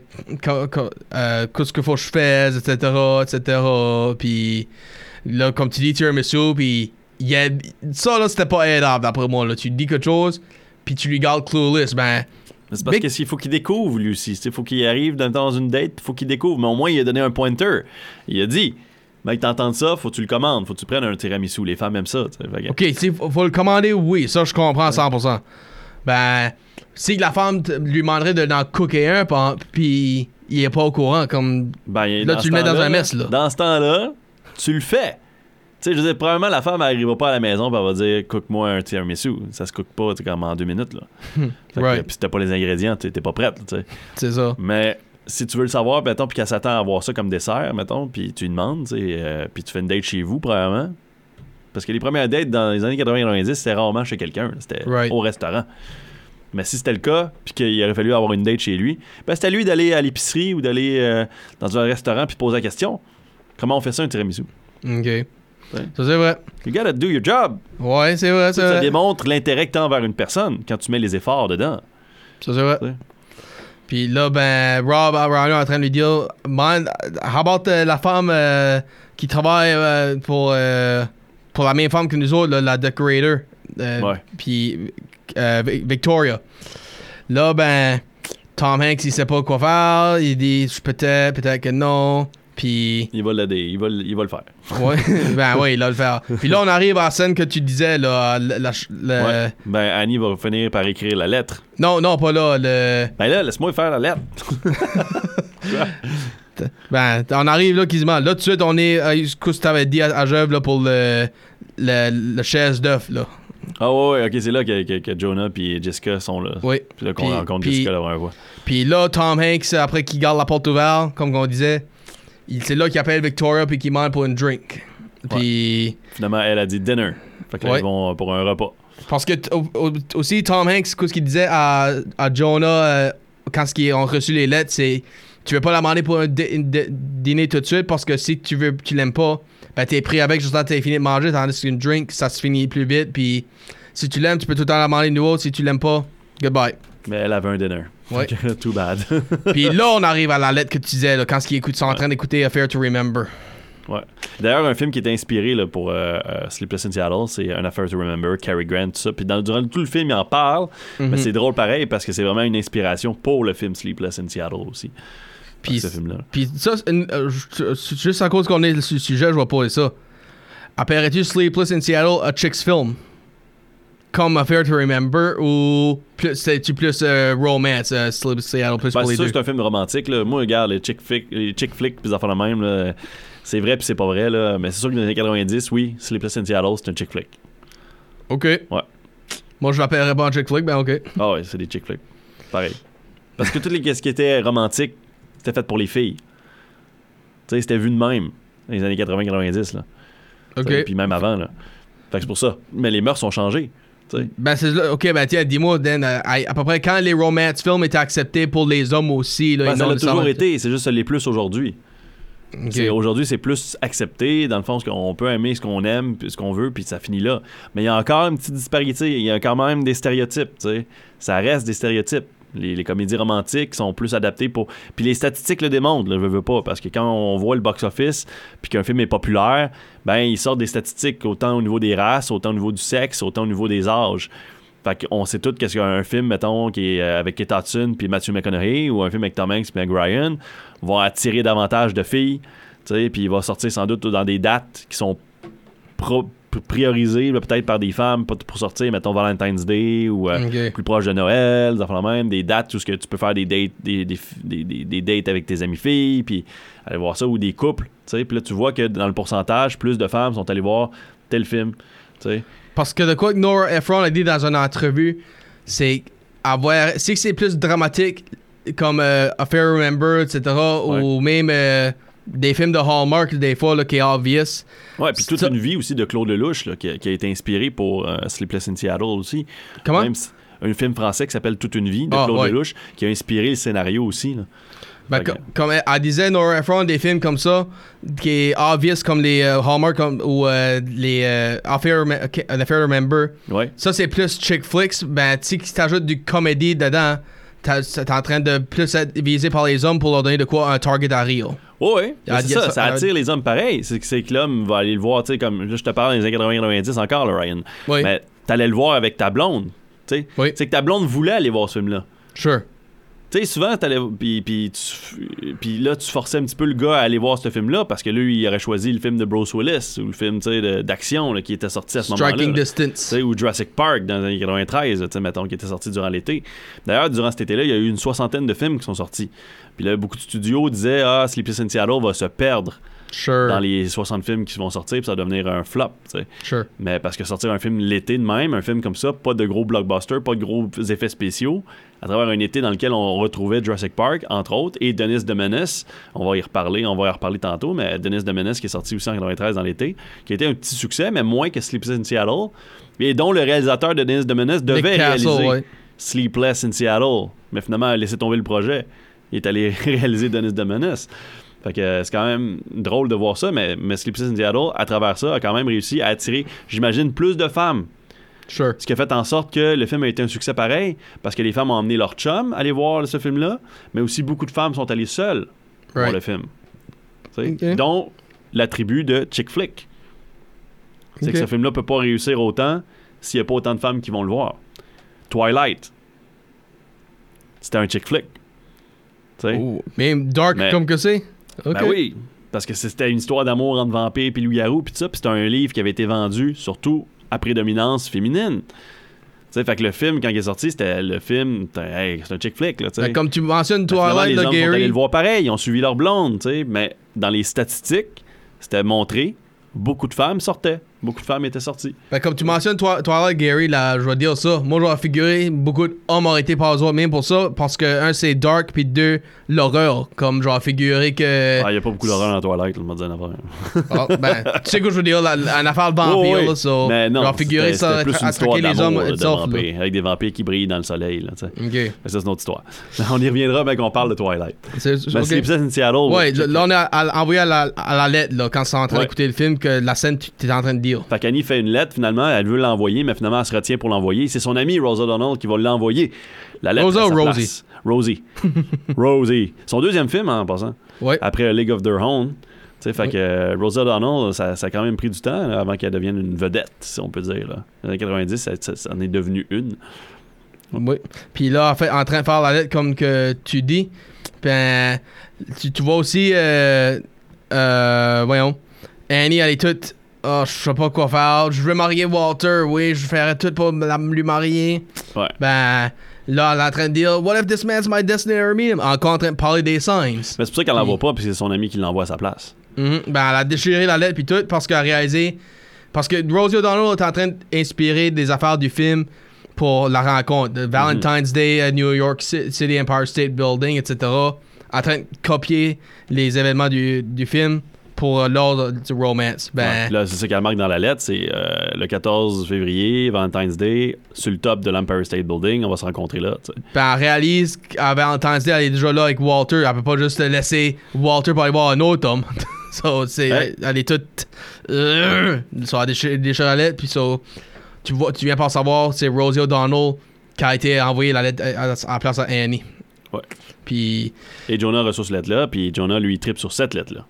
qu'est-ce qu'il faut que je fasse, etc. Puis là, comme tu dis, tiramisu, puis ça, là, c'était pas aidable, d'après moi. Là. Tu dis quelque chose, puis tu lui gardes clueless, ben... C'est parce qu'il faut qu'il découvre, lui aussi. Il faut qu'il arrive dans une date, il faut qu'il découvre. Mais au moins, il a donné un pointer. Il a dit, mec, t'entends ça, faut que tu le commandes, faut que tu prennes un tiramisu. Les femmes aiment ça. OK, faut le commander, oui. Ça, je comprends 100%. Ben, si la femme lui demanderait d'en cooker un, puis il est pas au courant, comme... Ben, là, tu le mets dans un mess, là. Dans ce temps-là, tu le fais. Tu sais, je veux dire, probablement, la femme n'arrivera pas à la maison et elle va dire « Cook-moi un tiramisu ». Ça se cook pas comme en 2 minutes, là. Right. Puis si t'as pas les ingrédients, t'es pas prête, tu sais. C'est ça. Mais si tu veux le savoir, mettons, puis qu'elle s'attend à avoir ça comme dessert, mettons, puis tu lui demandes, tu sais, puis tu fais une date chez vous, probablement. Parce que les premières dates dans les années 80-90, c'était rarement chez quelqu'un. C'était au restaurant. Mais si c'était le cas, puis qu'il aurait fallu avoir une date chez lui, ben c'était à lui d'aller à l'épicerie ou d'aller dans un restaurant puis poser la question. Comment on fait ça, un tiramisu? OK. Ça, c'est vrai. You gotta do your job. Ouais, c'est vrai, Ça démontre l'intérêt que t'as envers une personne quand tu mets les efforts dedans. Ça, c'est vrai. Puis là, ben, Rob est en train de lui dire, man, how about la femme qui travaille pour la même femme que nous autres, là, la decorator. Puis Victoria. Là, ben, Tom Hanks, il sait pas quoi faire. Il dit, peut-être que non. Puis... Il va l'aider, il va le faire. Ouais, ben ouais, il va le faire. Puis là, on arrive à la scène que tu disais, là. Ouais. Ben, Annie va finir par écrire la lettre. Non, pas là. Ben là, laisse-moi faire la lettre. Ben, on arrive là quasiment. Là, tout de suite, on est. Ce que tu t'avais dit à Jeuve, là, pour le chaise d'œuf, là. Ah ouais, ok, c'est là que Jonah et Jessica sont là. Oui. Puis là qu'on rencontre Jessica la première fois. Puis là, Tom Hanks, après qu'il garde la porte ouverte, comme on disait, c'est là qu'il appelle Victoria puis qu'il demande pour une drink. Puis... Finalement, elle a dit dinner. Fait que là, ils vont pour un repas. Parce que aussi, Tom Hanks, ce qu'il disait à Jonah quand ils ont reçu les lettres, c'est tu veux pas la demander pour un dîner tout de suite parce que si tu l'aimes pas, ben t'es pris avec juste quand t'es fini de manger, tandis qu'une drink, ça se finit plus vite. Puis si tu l'aimes, tu peux tout le temps la demander de nouveau. Si tu l'aimes pas, goodbye. Mais elle avait un dinner. Ouais. Too bad. Puis là, on arrive à la lettre que tu disais, là, quand ils sont en train d'écouter Affair to Remember. Ouais. D'ailleurs, un film qui est inspiré là, pour Sleepless in Seattle, c'est An Affair to Remember, Cary Grant, tout ça. Puis durant tout le film, il en parle. Mais c'est drôle pareil parce que c'est vraiment une inspiration pour le film Sleepless in Seattle aussi. Puis ce film-là. Puis ça, juste à cause qu'on est sur le sujet, je vais poser ça. Apparaît-tu Sleepless in Seattle a chick's film? Comme Affair to Remember ou c'est-tu plus romance, Sleepless in Seattle, plus pour les deux? C'est un film romantique. Là. Moi, regarde, les chick flicks puis les affaires de même, là, c'est vrai puis c'est pas vrai. Là. Mais c'est sûr que dans les années 90, oui, Sleepless in Seattle, c'est un chick flick. OK. Ouais. Moi, je l'appellerais pas un chick flick, ben OK. Ah ouais, c'est des chick flicks. Pareil. Parce que ce qui était romantique, c'était fait pour les filles. Tu sais, c'était vu de même dans les années 80-90. Là. OK. Puis même avant. Là. Fait que c'est pour ça. Mais les mœurs ont changé. T'sais. Ben, c'est là. OK, ben, tiens, dis-moi, Dan, à peu près quand les romance films étaient acceptés pour les hommes aussi. Là, ça l'a toujours été. C'est juste que ça l'est plus aujourd'hui. Okay. Aujourd'hui, c'est plus accepté. Dans le fond, on peut aimer ce qu'on aime, ce qu'on veut, puis ça finit là. Mais il y a encore une petite disparité. Il y a quand même des stéréotypes. T'sais. Ça reste des stéréotypes. Les comédies romantiques sont plus adaptées pour... Puis les statistiques le démontrent, là, je veux pas, parce que quand on voit le box-office puis qu'un film est populaire, ben il sort des statistiques autant au niveau des races, autant au niveau du sexe, autant au niveau des âges. Fait qu'on sait tous qu'est-ce qu'un film, mettons, qui est avec Kate Hudson puis Matthew McConaughey, ou un film avec Tom Hanks puis Meg Ryan, va attirer davantage de filles, tu sais, puis il va sortir sans doute dans des dates qui sont priorisé peut-être par des femmes pour sortir, mettons Valentine's Day ou plus proche de Noël, des dates où tu peux faire des dates des dates avec tes amies filles, puis aller voir ça, ou des couples, tu sais, puis là tu vois que dans le pourcentage, plus de femmes sont allées voir tel film, tu sais. Parce que de quoi que Nora Ephron a dit dans une entrevue, c'est si c'est plus dramatique comme Affair Remember, etc., ou même des films de Hallmark, des fois, là, qui est obvious. Ouais, puis toute une vie aussi de Claude Lelouch, là, qui a été inspiré pour Sleepless in Seattle aussi. Comment? Même un film français qui s'appelle Toute une vie de Claude Lelouch, qui a inspiré le scénario aussi. Là. Ben, comme elle disait, Nora Ephron, des films comme ça, qui est obvious comme les Hallmark ou les Affair Remember. Ouais. Ça, c'est plus chick flicks. Ben, tu sais, si t'ajoutes du comédie dedans, t'es en train de plus être visé par les hommes pour leur donner de quoi un target à rire. Oui, c'est ça attire les hommes pareil. C'est que l'homme va aller le voir, tu sais, comme là, je te parle des années 80-90 encore, là, Ryan. Oui. Mais t'allais le voir avec ta blonde, tu sais. Oui. C'est que ta blonde voulait aller voir ce film-là. Sure. Tu sais, souvent, t'allais. Puis là, tu forçais un petit peu le gars à aller voir ce film-là parce que lui, il aurait choisi le film de Bruce Willis ou le film d'action là, qui était sorti à ce moment-là. Striking Distance. Ou Jurassic Park dans les années 93, mettons, qui était sorti durant l'été. D'ailleurs, durant cet été-là, il y a eu une 60aine de films qui sont sortis. Puis là, beaucoup de studios disaient Sleepless in Seattle va se perdre. Sure. Dans les 60 films qui vont sortir, puis ça va devenir un flop. T'sais. Sure. Mais parce que sortir un film l'été de même, un film comme ça, pas de gros blockbusters, pas de gros effets spéciaux, à travers un été dans lequel on retrouvait Jurassic Park, entre autres, et Dennis the Menace, on va y reparler tantôt, mais Dennis the Menace qui est sorti aussi en 93 dans l'été, qui a été un petit succès, mais moins que Sleepless in Seattle, et dont le réalisateur de Dennis the Menace devait réaliser Sleepless in Seattle, mais finalement a laissé tomber le projet. Il est allé réaliser Dennis the Menace. Fait que c'est quand même drôle de voir ça, mais Sleepless in Seattle, à travers ça, a quand même réussi à attirer, j'imagine, plus de femmes. Sure. Ce qui a fait en sorte que le film a été un succès pareil, parce que les femmes ont emmené leur chum aller voir ce film-là, mais aussi beaucoup de femmes sont allées seules voir le film. Okay. Dont l'attribut de chick flick. C'est que ce film-là peut pas réussir autant s'il n'y a pas autant de femmes qui vont le voir. Twilight, c'était un chick flick. Même dark comme que c'est? Okay. Ben oui, parce que c'était une histoire d'amour entre vampires et loup-garou, puis ça, puis c'était un livre qui avait été vendu surtout à prédominance féminine. Fait que le film, quand il est sorti, c'était le film, c'est un chick flick. Là, ben, comme tu mentionnes Twilight, les hommes Gary. sont allés le voir pareil, ils ont suivi leur blonde, mais dans les statistiques, c'était montré, beaucoup de femmes sortaient. Beaucoup de femmes étaient sorties. Ben, comme tu mentionnes Twilight, Gary, là, je vais dire ça. Moi, je vais figurer, beaucoup d'hommes auraient été pas même pour ça, parce que, un, c'est dark, puis deux, l'horreur. Comme je vais figurer que... il n'y a pas beaucoup d'horreur dans Twilight, on m'a dit une affaire. Ben, tu sais quoi je veux dire, une affaire de vampire, là, so, mais non, je vais figurer ça, plus une histoire les hommes de vampires, avec des vampires qui brillent dans le soleil, là, tu sais. Okay. Mais ça, c'est une autre histoire. On y reviendra, quand on parle de Twilight. Mais Sleepless in Seattle. Ouais, là, on a envoyé à la lettre, là, quand c'est en train d'écouter le film, que la scène, tu es en train de dire. Fait qu'Annie fait une lettre, finalement, elle veut l'envoyer, mais finalement, elle se retient pour l'envoyer. C'est son amie Rosa O'Donnell qui va l'envoyer. La lettre Rosa ou Rosie? Rosie. Rosie. Son deuxième film, en passant. Ouais. Après League of Their Own. Fait que Rosa O'Donnell, ça a quand même pris du temps là, avant qu'elle devienne une vedette, si on peut dire. Là. Dans les années 90, ça en est devenu une. Oui. Puis là, en fait, en train de faire la lettre comme que tu dis, ben, tu vois aussi, voyons, Annie, elle est toute... je sais pas quoi faire. Je veux marier Walter. Oui, je ferais tout pour lui marier. Ouais. Ben, là, elle est en train de dire What if this man's my destiny or me? Encore en train de parler des signs. Mais c'est pour ça qu'elle l'envoie pas, puis c'est son ami qui l'envoie à sa place. Ben, elle a déchiré la lettre, puis tout, parce qu'elle a réalisé. Parce que Rosie O'Donnell est en train d'inspirer des affaires du film pour la rencontre. Valentine's Day à New York City, Empire State Building, etc. En train de copier les événements du film pour l'ordre du romance. Ben, là, c'est ça qu'elle marque dans la lettre, c'est le 14 février, Valentine's Day, sur le top de l'Empire State Building, on va se rencontrer là. T'sais. Ben, elle réalise qu'à Valentine's Day, elle est déjà là avec Walter. Elle peut pas juste laisser Walter pour aller voir un autre homme. So, elle est toute... So, elle déchire la lettre, puis so, tu viens pas savoir, c'est Rosie O'Donnell qui a été envoyé la lettre en place à Annie. Ouais. Puis... Et Jonah reçoit cette lettre-là, puis Jonah, lui, tripe sur cette lettre-là.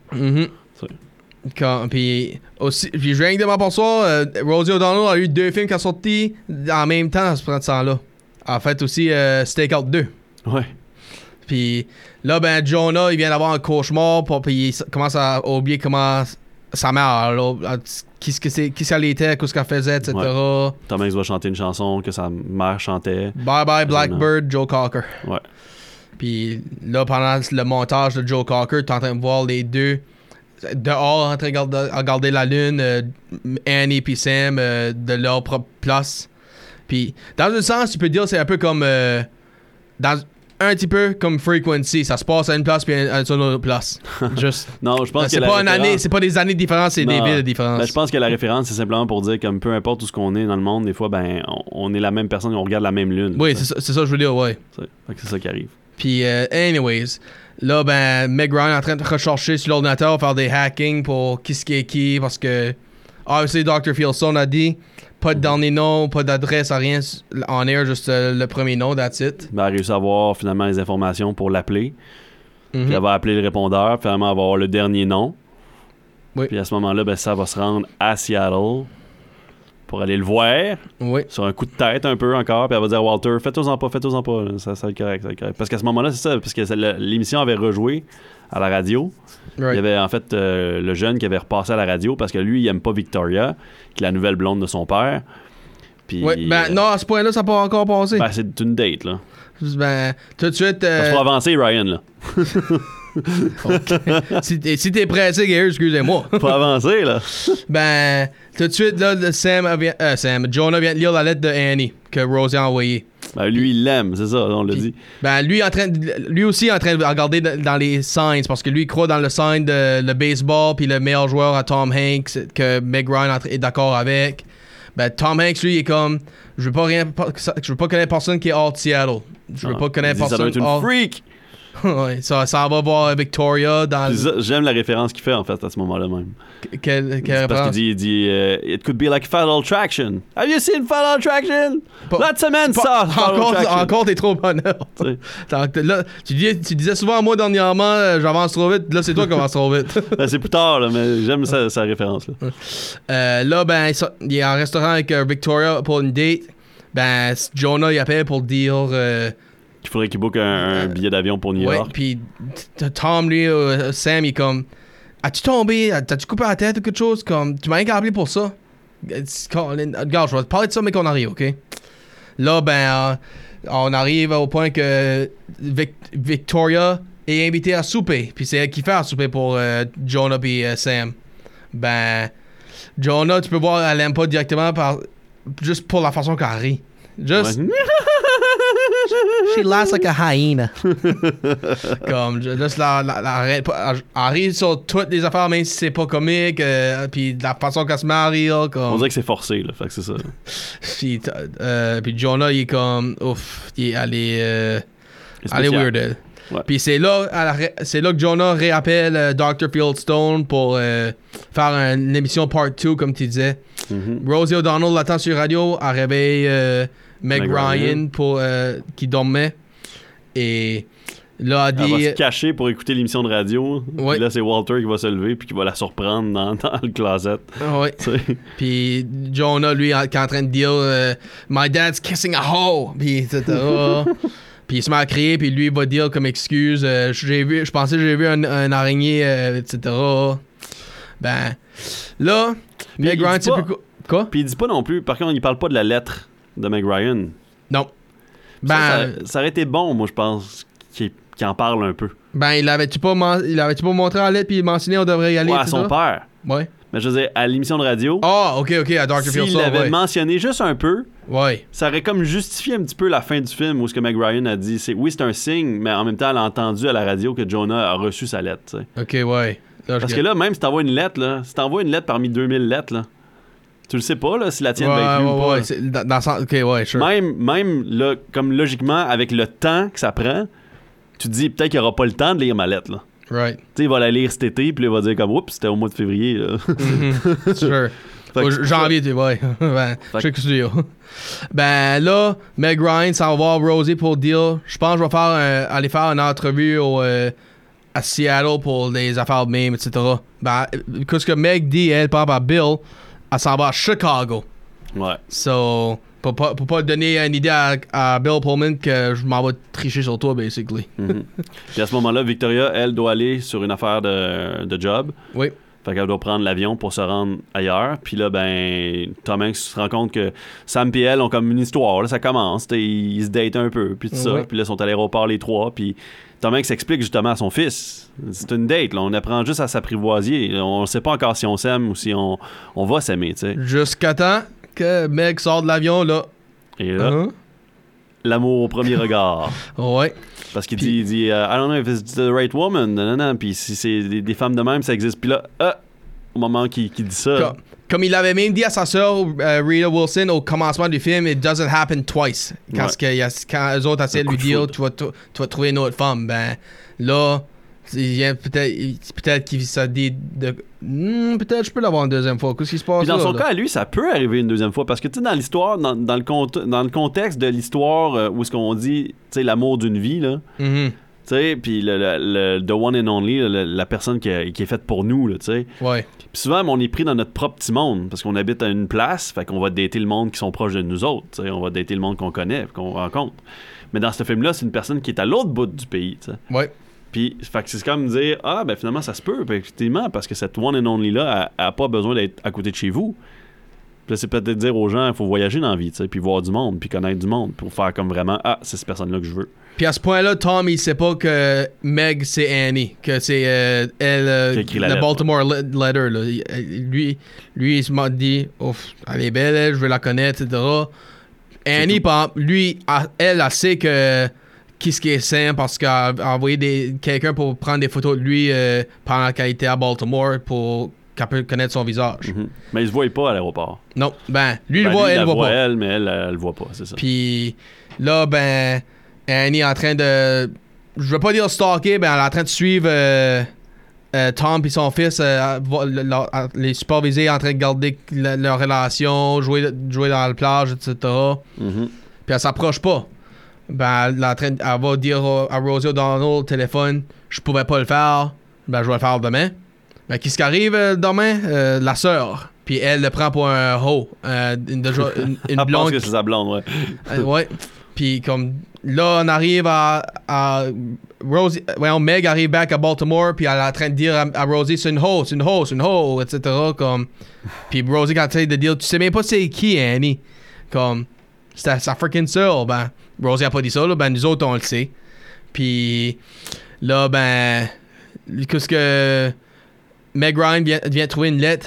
Puis je viens de demander pour ça, Rosie O'Donnell a eu 2 films qui sont sortis en même temps à ce temps-là. En fait aussi Stakeout 2. Ouais. Puis là, ben Jonah, il vient d'avoir un cauchemar, puis il commence à oublier comment sa mère, là, qu'est-ce qu'elle était, qu'est-ce qu'elle faisait, etc. Ouais. Tom Hanks va chanter une chanson que sa mère chantait. Bye Bye Blackbird, Joe Cocker. Ouais. Puis là, pendant le montage de Joe Cocker, t'es en train de voir les deux dehors en train de regarder la lune, Annie puis Sam de leur propre place. Puis dans un sens, tu peux dire c'est un peu comme dans un petit peu comme Frequency. Ça se passe à une place puis à une autre place. Juste. Non, je pense que c'est pas une année, c'est pas des années différentes, c'est des villes différentes. Ben, je pense que la référence, c'est simplement pour dire comme peu importe où ce qu'on est dans le monde, des fois, ben, on est la même personne et on regarde la même lune. Oui, c'est ça que je veux dire, ouais. C'est ça qui arrive. Puis, anyways, là, ben, Meg Ryan est en train de rechercher sur l'ordinateur, faire des hacking pour qui est qui, parce que, obviously, Dr. Fieldstone a dit, pas de dernier nom, pas d'adresse, rien en air, juste le premier nom, that's it. Ben, elle a réussi à avoir finalement les informations pour l'appeler. Puis elle va appeler le répondeur, finalement, elle va avoir le dernier nom. Oui. Puis à ce moment-là, ben, ça va se rendre à Seattle pour aller le voir. Oui. Sur un coup de tête un peu encore. Puis elle va dire à Walter, faites-en pas. Là. Ça va être correct, Parce qu'à ce moment-là, c'est ça, parce que l'émission avait rejoué à la radio. Right. Il y avait en fait le jeune qui avait repassé à la radio parce que lui, il aime pas Victoria, qui est la nouvelle blonde de son père. Puis, oui, ben non, à ce point-là, ça n'a pas encore passé. Ben, c'est une date, là. Ben, tout de suite... Faut avancer, Ryan, là. Okay. Si t'es pressé, Gary, excusez-moi. Faut avancer, là. Ben, tout de suite, là, Jonah vient de lire la lettre de Annie que Rosie a envoyée. Ben, lui, il l'aime, c'est ça, on l'a dit. Ben, lui aussi est en train de regarder dans les signs parce que lui, il croit dans le sign de le baseball puis le meilleur joueur à Tom Hanks que Meg Ryan est d'accord avec. Ben, Tom Hanks, lui, il est comme... Je veux pas connaître personne qui est hors de Seattle. Je veux pas connaître personne... Ça doit être une freak! Ouais, ça va voir Victoria dans... J'aime la référence qu'il fait, en fait, à ce moment-là même. Quelle référence? Parce qu'il dit It could be like Fatal Attraction. Have you seen Fatal Attraction? Lots of men saw Fatal Attraction. Encore, t'es trop bonheur. Là, tu disais souvent à moi dernièrement, j'avance trop vite. Là, c'est toi qui avances trop vite. Ben, c'est plus tard, là, mais j'aime sa référence. Là, là ben, il est en restaurant avec Victoria pour une date. Ben, Jonah, il appelle pour dire... il faudrait qu'il book un billet d'avion pour New York. Puis Tom, lui, Sam, il est comme... As-tu tombé? T'as-tu coupé la tête ou quelque chose? Comme, tu m'as rien qu'à appeler pour ça? Regarde, je vais te parler de ça, mais qu'on arrive, OK? Là, ben, on arrive au point que Victoria est invitée à souper. Puis c'est elle qui fait à souper pour Jonah et Sam. Ben, Jonah, tu peux voir, elle aime pas directement juste pour la façon qu'elle rit. Juste... Ouais. She laughs like a hyena. Comme, juste elle rit sur toutes les affaires, même si c'est pas comique. Puis la façon qu'elle se marie, comme... On dirait que c'est forcé, là. Fait que c'est ça. Puis Jonah, il est comme... Ouf, elle est weird, elle. Ouais. Puis c'est là que Jonah réappelle Dr. Fieldstone pour faire une émission part 2, comme tu disais. Rosie O'Donnell l'attend sur radio, elle réveille Meg Ryan pour, qui dormait. Et là, elle va se cacher pour écouter l'émission de radio. Ouais. Là, c'est Walter qui va se lever puis qui va la surprendre dans le closet. Oui. Puis Jonah, lui, qui est en train de dire My dad's kissing a hoe. Puis etc. Puis il se met à crier, puis lui, il va dire comme excuse je pensais que j'ai vu un araignée, etc. Ben, là, Meg Ryan, c'est plus quoi? Puis il dit pas non plus, par contre, il parle pas de la lettre de Meg Ryan. Non. Ben, ça aurait été bon, moi, je pense, qu'il en parle un peu. Ben, il avait-tu pas montré la lettre, puis il mentionné on devrait y aller? Ouais, à son père. Ouais. Mais je veux dire, à l'émission de radio. Ah, ok, à Dr. Fieldstone. S'il l'avait mentionné juste un peu, ouais. Ça aurait comme justifié un petit peu la fin du film où ce que Meg Ryan a dit, oui, c'est un signe, mais en même temps, elle a entendu à la radio que Jonah a reçu sa lettre. T'sais. Ok, ouais. Là, parce que là, même si t'envoies une lettre, une lettre parmi 2000 lettres, là, tu le sais pas là, si la tienne va être lue ou pas. Ouais. Dans le sens, ok, ouais, sure. Même là, comme logiquement, avec le temps que ça prend, tu te dis peut-être qu'il n'y aura pas le temps de lire ma lettre. Là. Right. Tu sais, il va la lire cet été, puis il va dire comme, oups, c'était au mois de février. Là. Sure. Janvier, tu vois. Ben, je sais que c'est dur. Ben là, Meg Ryan s'en va voir Rosie pour dire, je pense que je vais aller faire une entrevue à Seattle pour des affaires de même, etc. Ben, qu'est-ce que Meg dit, elle, par rapport à Bill, elle s'en va à Chicago. Ouais. So, pour pas donner une idée à Bill Pullman que je m'en vais tricher sur toi, basically. Puis à ce moment-là, Victoria, elle, doit aller sur une affaire de job. Oui. Fait qu'elle doit prendre l'avion pour se rendre ailleurs. Puis là, ben, Tom Hanks se rend compte que Sam et elle ont comme une histoire. Là, ça commence. Ils se datent un peu. Puis tout ça. Puis là, ils sont à l'aéroport les trois. Puis Tom Hanks explique justement à son fils. C'est une date. Là. On apprend juste à s'apprivoiser. On ne sait pas encore si on s'aime ou si on va s'aimer. T'sais. Jusqu'à temps que Meg sort de l'avion, là. Et là, l'amour au premier regard. Ouais. Parce qu'il dit I don't know if it's the right woman. Non. Puis si c'est des femmes de même, ça existe. Puis là, au moment qu'il dit ça. Comme il avait même dit à sa sœur, Rita Wilson, au commencement du film, it doesn't happen twice. Quand eux autres essaient de lui dire, tu vas trouver une autre femme, ben là, peut-être qu'il s'est dit peut-être je peux l'avoir une deuxième fois. Qu'est-ce qui se passe? Puis dans son cas, à lui, ça peut arriver une deuxième fois. Parce que tu sais, dans l'histoire, dans le contexte de l'histoire où est-ce qu'on dit, tu sais, l'amour d'une vie, là. Mm-hmm. Tu sais, puis le the one and only, la personne qui est faite pour nous, tu sais. Ouais. Puis souvent, on est pris dans notre propre petit monde parce qu'on habite à une place, fait qu'on va dater le monde qui sont proches de nous autres, tu sais. On va dater le monde qu'on connaît, qu'on rencontre. Mais dans ce film-là, c'est une personne qui est à l'autre bout du pays, tu sais. Ouais. Puis, fait que c'est comme dire, ben finalement, ça se peut, effectivement, parce que cette one and only-là, elle a pas besoin d'être à côté de chez vous. Puis là, c'est peut-être dire aux gens, il faut voyager dans la vie, tu sais, puis voir du monde, puis connaître du monde, pour faire comme vraiment, c'est cette personne-là que je veux. Puis à ce point-là, Tom, il sait pas que Meg, c'est Annie, que c'est elle, le Baltimore Letter. Là. Lui, il se m'a dit, elle est belle, elle, je veux la connaître, etc. Annie, lui, elle sait que qu'est-ce qui est sain parce qu'elle a envoyé quelqu'un pour prendre des photos de lui pendant qu'elle était à Baltimore pour qu'elle puisse connaître son visage. Mm-hmm. Mais il se voit pas à l'aéroport. Non, lui, il le voit, elle le voit pas. Elle, mais elle le voit pas, c'est ça. Puis là, Annie est en train de... Je veux pas dire stalker, elle est en train de suivre Tom et son fils, les superviser, en train de garder leur relation, jouer dans la plage, etc. Mm-hmm. Puis elle s'approche pas. Elle va dire à Rosie O'Donnell au téléphone, je pouvais pas le faire, je vais le faire demain. Qu'est-ce qui arrive demain? La sœur. Puis elle le prend pour un hoe. Une blonde. pense que c'est sa blonde, ouais. Ouais. Puis comme là, on arrive à Rosie. Meg arrive back à Baltimore, puis elle est en train de dire à Rosie, c'est une hoe, etc. Comme. Puis Rosie quand elle de dire, tu sais même pas c'est qui Annie. Comme. C'est sa freaking sœur. Rosie a pas dit ça, là, nous autres on le sait. Puis là, qu'est-ce que Meg Ryan vient trouver une lettre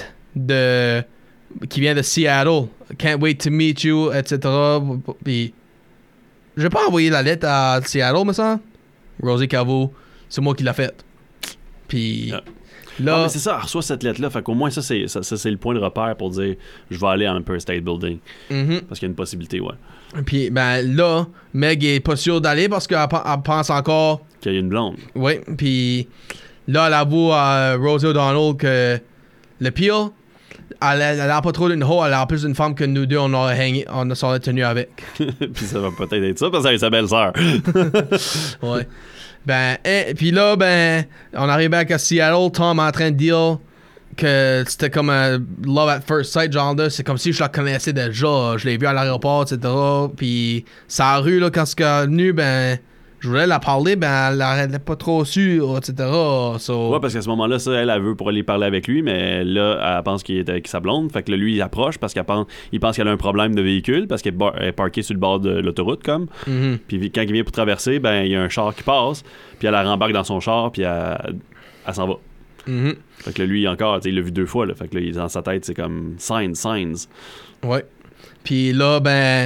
qui vient de Seattle. Can't wait to meet you, etc. Puis je vais pas envoyer la lettre à Seattle, mais ça. Rosie Cavo, c'est moi qui l'a faite. Puis là. Mais c'est ça, elle reçoit cette lettre-là. Fait qu'au moins, ça, c'est le point de repère pour dire je vais aller à Empire State Building. Mm-hmm. Parce qu'il y a une possibilité, ouais. Puis là, Meg est pas sûre d'aller parce qu'elle pense encore qu'il y a une blonde. Oui, puis là, elle avoue à Rosie O'Donnell que le pire, elle a pas trop d'une hoe, elle a plus une femme que nous deux, on s'en tenu avec. Puis ça va peut-être être ça parce qu'elle est sa belle-sœur. Ouais. Puis là, on arrive back à Seattle, Tom est en train de dire que c'était comme un love at first sight, genre là, c'est comme si je la connaissais déjà, je l'ai vu à l'aéroport, etc. Puis sa rue, là, quand elle est venue, je voulais la parler, elle n'était pas trop sûre, etc. Ouais, parce qu'à ce moment-là, ça, elle veut pour aller parler avec lui, mais là, elle pense qu'il est avec sa blonde. Fait que là, lui, il approche parce qu'il pense qu'elle a un problème de véhicule, parce qu'elle est parkée sur le bord de l'autoroute, comme. Mm-hmm. Puis quand il vient pour traverser, il y a un char qui passe, puis elle rembarque dans son char, puis elle s'en va. Mm-hmm. Fait que là, lui, encore, il l'a vu 2 fois, là. Fait que là, dans sa tête, c'est comme signs. Ouais. Puis là,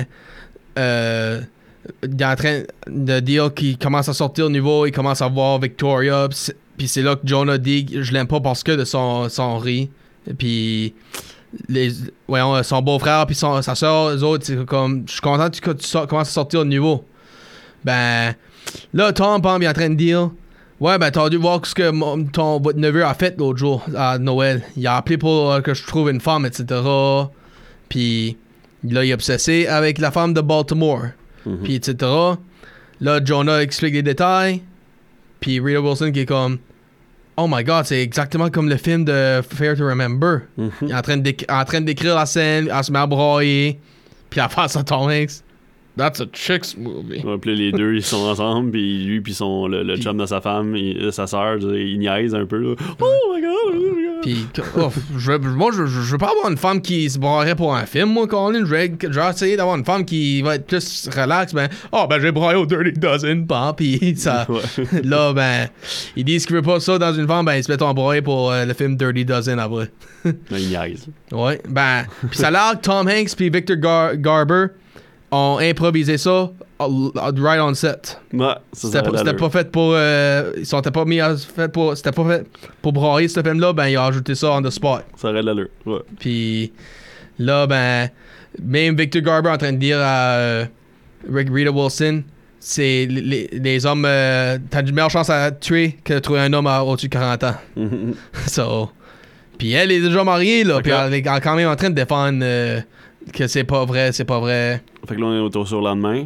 il est en train de dire qu'il commence à sortir au niveau, il commence à voir Victoria, puis c'est là que Jonah dit je l'aime pas parce que de son riz. Puis son beau-frère puis sa soeur, eux autres, c'est comme je suis content que tu commences à sortir au niveau. Là, Tom est en train de dire ouais, t'as dû voir ce que votre neveu a fait l'autre jour à Noël. Il a appelé pour que je trouve une femme, etc. Puis là, il est obsessé avec la femme de Baltimore. Mm-hmm. Puis etc. Là, Jonah explique les détails. Puis Rita Wilson qui est comme oh my god, c'est exactement comme le film de Fair to Remember. Mm-hmm. Il est en train de décrire la scène, elle se met à brailler. Puis elle face à Tom Hanks. That's a chick's movie. Ouais, puis les deux, ils sont ensemble, puis lui, puis le chum de sa femme, sa soeur, ils niaisent un peu, là. Oh my god! Puis, je veux pas avoir une femme qui se braillerait pour un film, moi, Colin. Je vais essayer d'avoir une femme qui va être plus relax. Je vais brailler au Dirty Dozen, puis ça. Ouais. Là, ils disent qu'ils veulent pas ça dans une femme, ils se mettent en brailler pour le film Dirty Dozen après. Ils niaisent. Ouais, puis ça a l'air que Tom Hanks puis Victor Garber ont improvisé ça right on set. Ouais, C'était pas fait pour... ils sont pas mis à... C'était pas fait pour brailler ce film-là, ben ils ont ajouté ça on the spot. Ça aurait de l'allure, ouais. Puis là, ben... Même Victor Garber en train de dire à Rita Wilson, c'est les hommes... t'as une meilleure chance à tuer que de trouver un homme au-dessus de 40 ans. So... Puis elle est déjà mariée, là, puis elle est quand même en train de défendre que c'est pas vrai. Fait que là, on est autour sur le lendemain.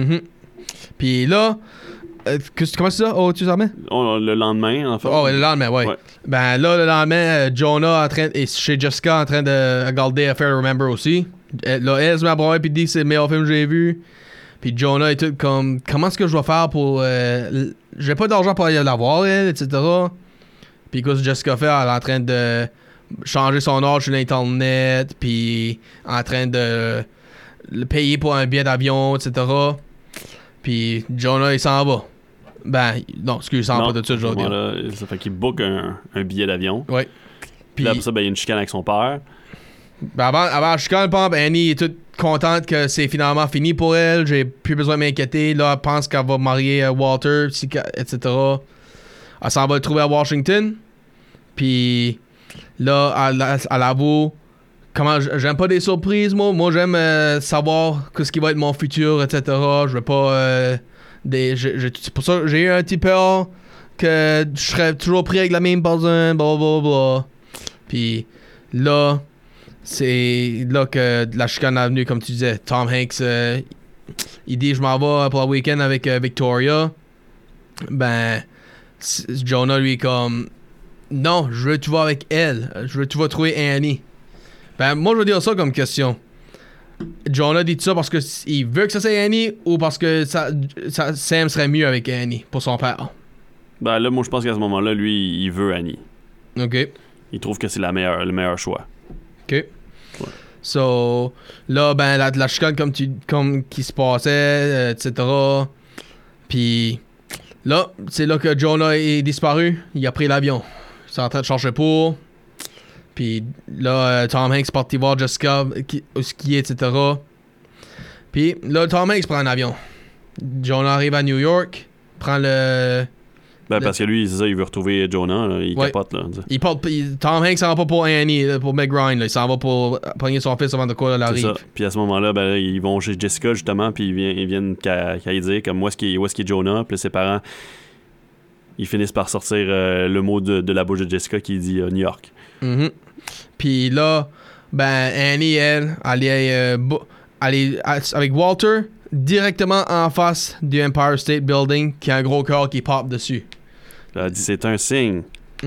Puis là, comment c'est ça? Oh, tu s'en mets? Le lendemain, en fait. Oh, le lendemain, ouais. Ben là, le lendemain, Jonah est chez Jessica en train de regarder Affair to Remember aussi. Là, elle se met à broyer puis dit c'est le meilleur film que j'ai vu. Puis Jonah est tout comme, comment est-ce que je vais faire pour... j'ai pas d'argent pour aller la voir, elle, etc. Puis qu'est-ce que Jessica fait? Elle est en train de changer son âge sur l'internet, puis en train de le payer pour un billet d'avion, etc. Puis Jonah, il s'en va. Ben, non, excuse, il s'en va pas de suite, je veux dire. Voilà, ça fait qu'il book un billet d'avion. Ouais. Puis là, après ça, ben, il y a une chicane avec son père. Ben, avant la chicane, Annie est toute contente que c'est finalement fini pour elle. J'ai plus besoin de m'inquiéter. Là, elle pense qu'elle va marier Walter, etc. Elle s'en va le trouver à Washington. Puis là, elle avoue comment j'aime pas des surprises, moi. Moi, j'aime savoir ce qui va être mon futur, etc. Je veux pas c'est pour ça que j'ai eu un petit peur que je serais toujours pris avec la même personne, blablabla. Puis là, c'est là que la chicane est venue, comme tu disais. Tom Hanks, il dit je m'en vais pour le week-end avec Victoria. Ben, Jonah, lui, comme non, je veux que tu vas avec elle. Je veux que tu vas trouver Annie. Ben, moi, je veux dire ça comme question. Jonah dit ça parce qu'il veut que ça soit Annie ou parce que Sam serait mieux avec Annie pour son père? Ben là, moi, je pense qu'à ce moment-là, lui, il veut Annie. OK. Il trouve que c'est le meilleur choix. OK. Ouais. So, là, ben, la chicane comme qui se passait, etc. Puis là, c'est là que Jonah est disparu. Il a pris l'avion. Il est en train de chercher pour. Puis là, Tom Hanks est parti voir Jessica au ski, etc. Puis là, Tom Hanks prend un avion. Jonah arrive à New York, prend le... Ben, parce que lui, c'est ça, il veut retrouver Jonah. Là, il capote, là. Tom Hanks s'en va pas pour Annie, pour Meg Ryan. Là, il s'en va pour prendre son fils avant de quoi elle arrive. Puis à ce moment-là, ben, ils vont chez Jessica, justement, puis ils viennent qu'à y dire comme où est-ce qu'il est Jonah. Puis ses parents, ils finissent par sortir le mot de la bouche de Jessica qui dit New York. Puis là, ben, Annie, elle est avec Walter directement en face du Empire State Building qui a un gros cœur qui pop dessus. Elle dit c'est un signe.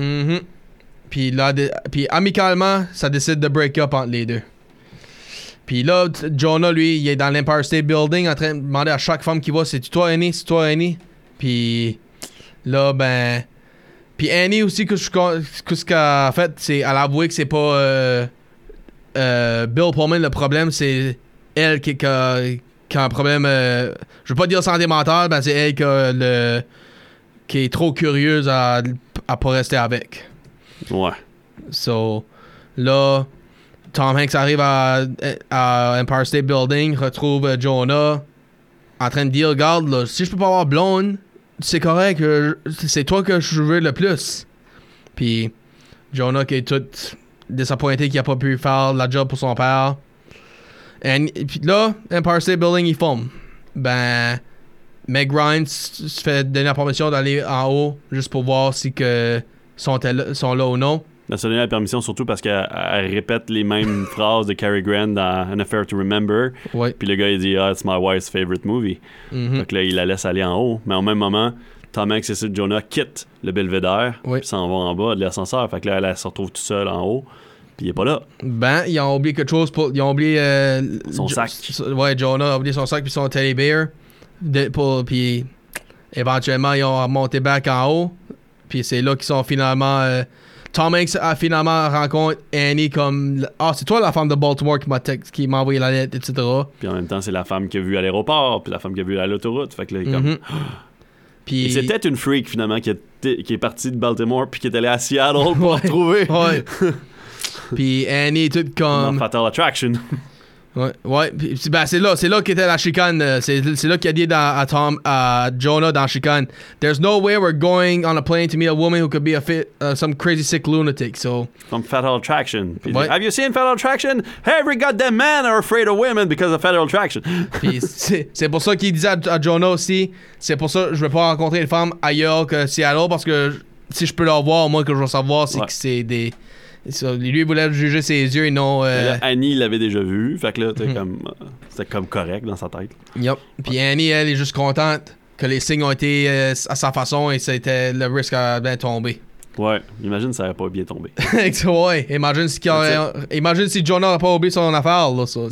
Puis là, puis amicalement, ça décide de break up entre les deux. Puis là, Jonah, lui, il est dans l'Empire State Building en train de demander à chaque femme qui va, c'est toi Annie? Puis là, ben... Puis Annie aussi, ce qu'elle a fait, c'est elle a avoué que c'est pas Bill Pullman le problème, c'est elle qui a un problème, je veux pas dire santé mentale, ben c'est elle qui est trop curieuse à pas rester avec. Ouais. So, là, Tom Hanks arrive à Empire State Building, retrouve Jonah en train de dire, regarde, là, si je peux pas avoir blonde, c'est correct, c'est toi que je veux le plus. Puis Jonah qui est tout désappointé qu'il a pas pu faire la job pour son père. Puis là, Empire State Building, il forme. Ben, Meg Ryan se fait donner la permission d'aller en haut juste pour voir si sont là ou non. Elle se donne la permission surtout parce qu'elle répète les mêmes phrases de Cary Grant dans An Affair to Remember. Ouais. Puis le gars, il dit « it's my wife's favorite movie ». Donc là, il la laisse aller en haut. Mais au même moment, Tom Hanks et Jonah quittent le belvédère. Puis s'en vont en bas de l'ascenseur. Fait que là, elle se retrouve tout seule en haut. Puis il est pas là. Ben, ils ont oublié quelque chose. Ils ont oublié... son sac. Jonah a oublié son sac puis son teddy bear. Puis éventuellement, ils ont monté back en haut. Puis c'est là qu'ils sont finalement... Tom Hanks a finalement rencontré Annie comme c'est toi la femme de Baltimore qui m'a envoyé la lettre, etc. Puis en même temps, c'est la femme qui a vu à l'aéroport, puis la femme qui a vu à l'autoroute. Fait que là, comme... Puis... Et c'était une freak finalement qui est partie de Baltimore puis qui est allée à Seattle pour retrouver. Puis Annie est toute comme... Fatal Attraction. Ouais. Puis, c'est là qu'était la chicane. C'est là qu'il a dit à Jonah dans la chicane. There's no way we're going on a plane to meet a woman who could be some crazy sick lunatic. So. From Fatal Attraction. Ouais. Have you seen Fatal Attraction? Every goddamn man are afraid of women because of Fatal Attraction. Puis c'est pour ça qu'il disait à Jonah aussi. C'est pour ça que je veux pas rencontrer une femme ailleurs que Seattle parce que si je peux la voir, moi que je veux savoir, c'est que c'est des. Lui, il voulait juger ses yeux et non. Là, Annie l'avait déjà vu, fait que là, c'était comme correct dans sa tête. Yep. Puis Annie, elle est juste contente que les signes ont été à sa façon et c'était le risque a bien tombé. Ouais, imagine ça n'aurait pas bien tombé. Ouais, imagine si Jonah n'aurait pas oublié son affaire. Là, ça.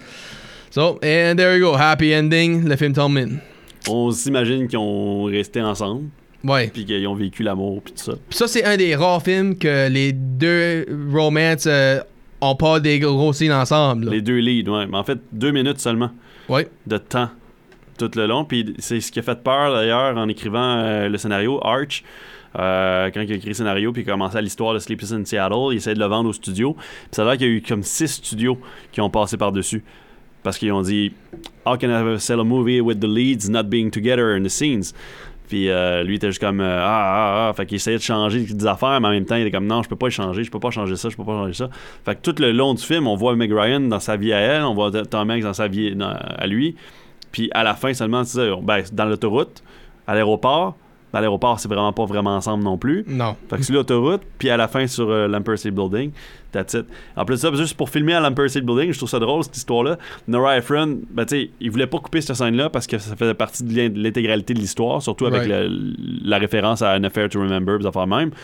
So, and there you go, happy ending, le film termine. On s'imagine qu'ils ont resté ensemble. Ouais. Puis qu'ils ont vécu l'amour, puis tout ça. Puis ça, c'est un des rares films que les deux romances ont pas des gros scenes ensemble. Là. Les deux leads, ouais. Mais en fait, 2 minutes seulement. Ouais. De temps. Tout le long. Puis c'est ce qui a fait peur, d'ailleurs, en écrivant le scénario, Arch. Quand il a écrit le scénario, puis il a commencé à l'histoire de Sleepless in Seattle, il essayait de le vendre au studio. Puis ça a l'air qu'il y a eu comme 6 studios qui ont passé par-dessus. Parce qu'ils ont dit « How can I sell a movie with the leads not being together in the scenes? » Puis lui, il était juste comme Fait qu'il essayait de changer des affaires, mais en même temps, il était comme non, je peux pas le changer, je peux pas changer ça. Fait que tout le long du film, on voit Meg Ryan dans sa vie à elle, on voit Tom Hanks dans sa vie à lui. Puis à la fin seulement, c'est dans l'autoroute, à l'aéroport. Dans l'aéroport, c'est vraiment pas vraiment ensemble non plus. Non. Fait que sur l'autoroute, puis à la fin sur l'Empire State Building, that's it. En plus de ça, juste pour filmer à l'Empire State Building, je trouve ça drôle cette histoire-là. Nora Ephron, tu sais, il voulait pas couper cette scène-là parce que ça faisait partie de l'intégralité de l'histoire, surtout avec la référence à An Affair to Remember, des affaires même.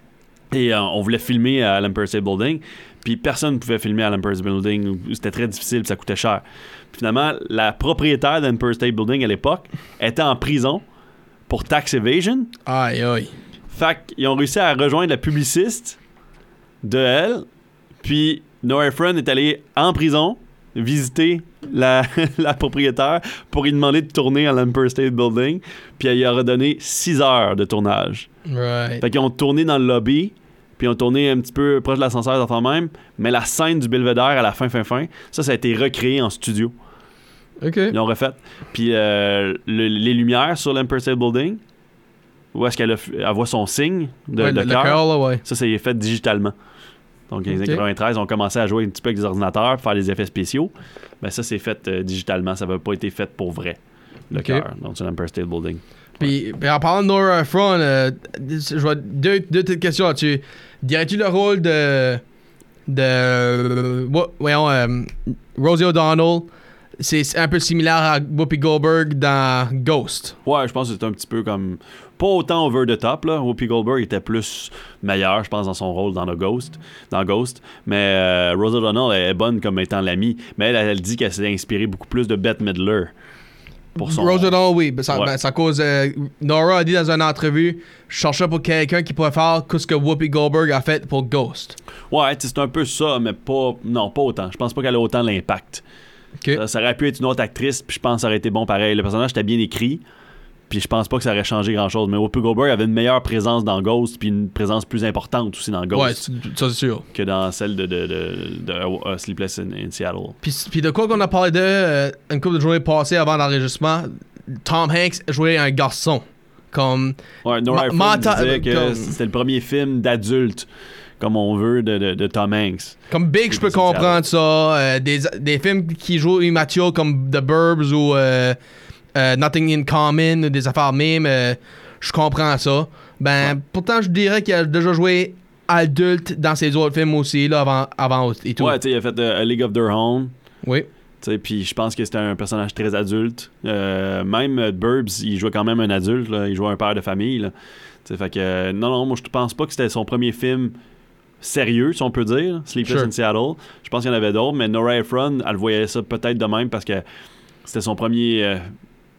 Et on voulait filmer à l'Empire State Building, puis personne ne pouvait filmer à l'Empire State Building. C'était très difficile, puis ça coûtait cher. Puis finalement, la propriétaire de l'Empire State Building à l'époque était en prison pour tax evasion. Aïe, aïe. Fait qu'ils ont réussi à rejoindre la publiciste de elle. Puis Nora Ephron est allée en prison visiter la propriétaire pour lui demander de tourner à l'Empire State Building. Puis elle lui a redonné 6 heures de tournage. Right. Fait qu'ils ont tourné dans le lobby. Puis ils ont tourné un petit peu proche de l'ascenseur d'enfant même. Mais la scène du belvédère à la fin, ça a été recréé en studio. OK. Ils l'ont refait. Puis les lumières sur l'Empire State Building, où est-ce qu'elle voit son signe de cœur, ouais. ça, c'est fait digitalement. Donc, les années 93 ont commencé à jouer un petit peu avec des ordinateurs, faire des effets spéciaux. Ben ça, c'est fait digitalement. Ça n'avait pas été fait pour vrai, le cœur, donc sur l'Empire State Building. Puis en parlant de Nora Ephron, je vois deux petites questions là-dessus. Dirais-tu le rôle de Rosie O'Donnell? C'est un peu similaire à Whoopi Goldberg dans Ghost. Ouais, je pense que c'est un petit peu comme... Pas autant over the top, là. Whoopi Goldberg était plus meilleur, je pense, dans son rôle dans Ghost. Mais Rose O'Donnell est bonne comme étant l'amie. Mais elle dit qu'elle s'est inspirée beaucoup plus de Bette Midler. Pour son Rose O'Donnell, oui. Ça cause... Nora a dit dans une entrevue, je cherchais pour quelqu'un qui pourrait faire ce que Whoopi Goldberg a fait pour Ghost. Ouais, c'est un peu ça, mais pas autant. Je pense pas qu'elle a autant l'impact. Okay. Ça aurait pu être une autre actrice, puis je pense que ça aurait été bon pareil. Le personnage était bien écrit, puis je pense pas que ça aurait changé grand-chose. Mais Whoopi Goldberg avait une meilleure présence dans Ghost, puis une présence plus importante aussi dans Ghost. Ouais, ça c'est sûr. Que dans celle de Sleepless in Seattle. Puis de quoi qu'on a parlé une couple de journées passées avant l'enregistrement, Tom Hanks jouait un garçon. Comme... Ouais, Nora Ephron disait que c'était le premier film d'adulte comme on veut de Tom Hanks. Comme Big, je peux comprendre ça. Des films qui jouent immatures comme The Burbs ou Nothing in Common, des affaires mêmes, je comprends ça. Pourtant, je dirais qu'il a déjà joué adulte dans ses autres films aussi, là, avant et tout. Ouais, tu sais, il a fait A League of Their Own. Oui. Puis je pense que c'était un personnage très adulte. Même Burbs, il jouait quand même un adulte. Là. Il jouait un père de famille. Là. Fait que, non, moi, je pense pas que c'était son premier film sérieux, si on peut dire, Sleepless in Seattle. Je pense qu'il y en avait d'autres, mais Nora Ephron, elle voyait ça peut-être de même parce que c'était son premier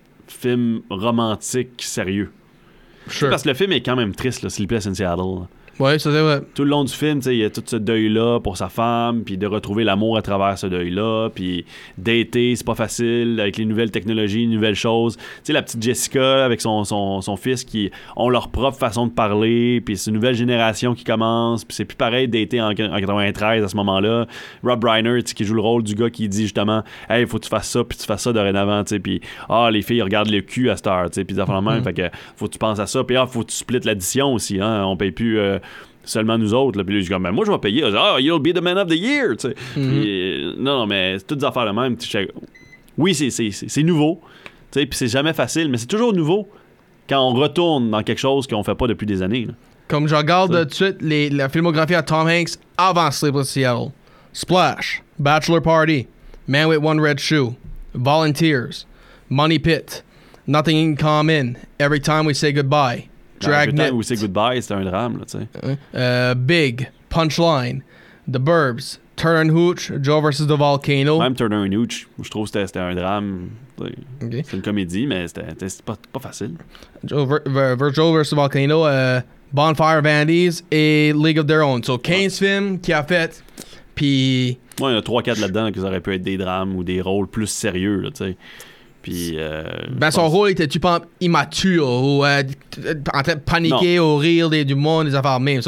film romantique sérieux. Parce que le film est quand même triste, là, Sleepless in Seattle. Ouais, ça c'est vrai. Tout le long du film, il y a tout ce deuil-là pour sa femme, puis de retrouver l'amour à travers ce deuil-là, puis dater, c'est pas facile, avec les nouvelles technologies, les nouvelles choses. Tu sais, la petite Jessica avec son fils qui ont leur propre façon de parler, puis c'est une nouvelle génération qui commence, puis c'est plus pareil de dater en 93 à ce moment-là. Rob Reiner, qui joue le rôle du gars qui dit justement « Hey, faut que tu fasses ça, puis tu fasses ça dorénavant, tu sais, puis les filles regardent le cul à cette heure, tu sais, puis des affaires de même, fait que faut que tu penses à ça, puis faut que tu splits l'addition aussi, hein, on paye plus... seulement nous autres. Là. Puis là, je dis, moi, je vais payer. You'll be the man of the year. Tu sais. Puis, non, mais c'est toutes des affaires de même. Oui, c'est nouveau. Tu sais, puis c'est jamais facile, mais c'est toujours nouveau quand on retourne dans quelque chose qu'on fait pas depuis des années. Là. Comme je regarde tout de suite la filmographie à Tom Hanks avant Sleepless Seattle. Splash, Bachelor Party, Man with One Red Shoe, Volunteers, Money Pit, Nothing in Common, Every Time We Say Goodbye, Dragnet. Every Time We Say Goodbye, c'était un drame, là, tu sais. Big, Punchline, The Burbs, Turner & Hooch, Joe vs. The Volcano. Même Turner & Hooch, je trouve que c'était un drame. Okay. C'est une comédie, mais c'était pas facile. Joe vs. The Volcano, Bonfire Vanities et League of Their Own. So 15 films qu'il a fait, puis... Moi, il y en a 3-4 là-dedans qui auraient pu être des drames ou des rôles plus sérieux, là, tu sais. Puis, son rôle était, tu penses, immature ou en train de paniquer au rire du monde, des affaires même.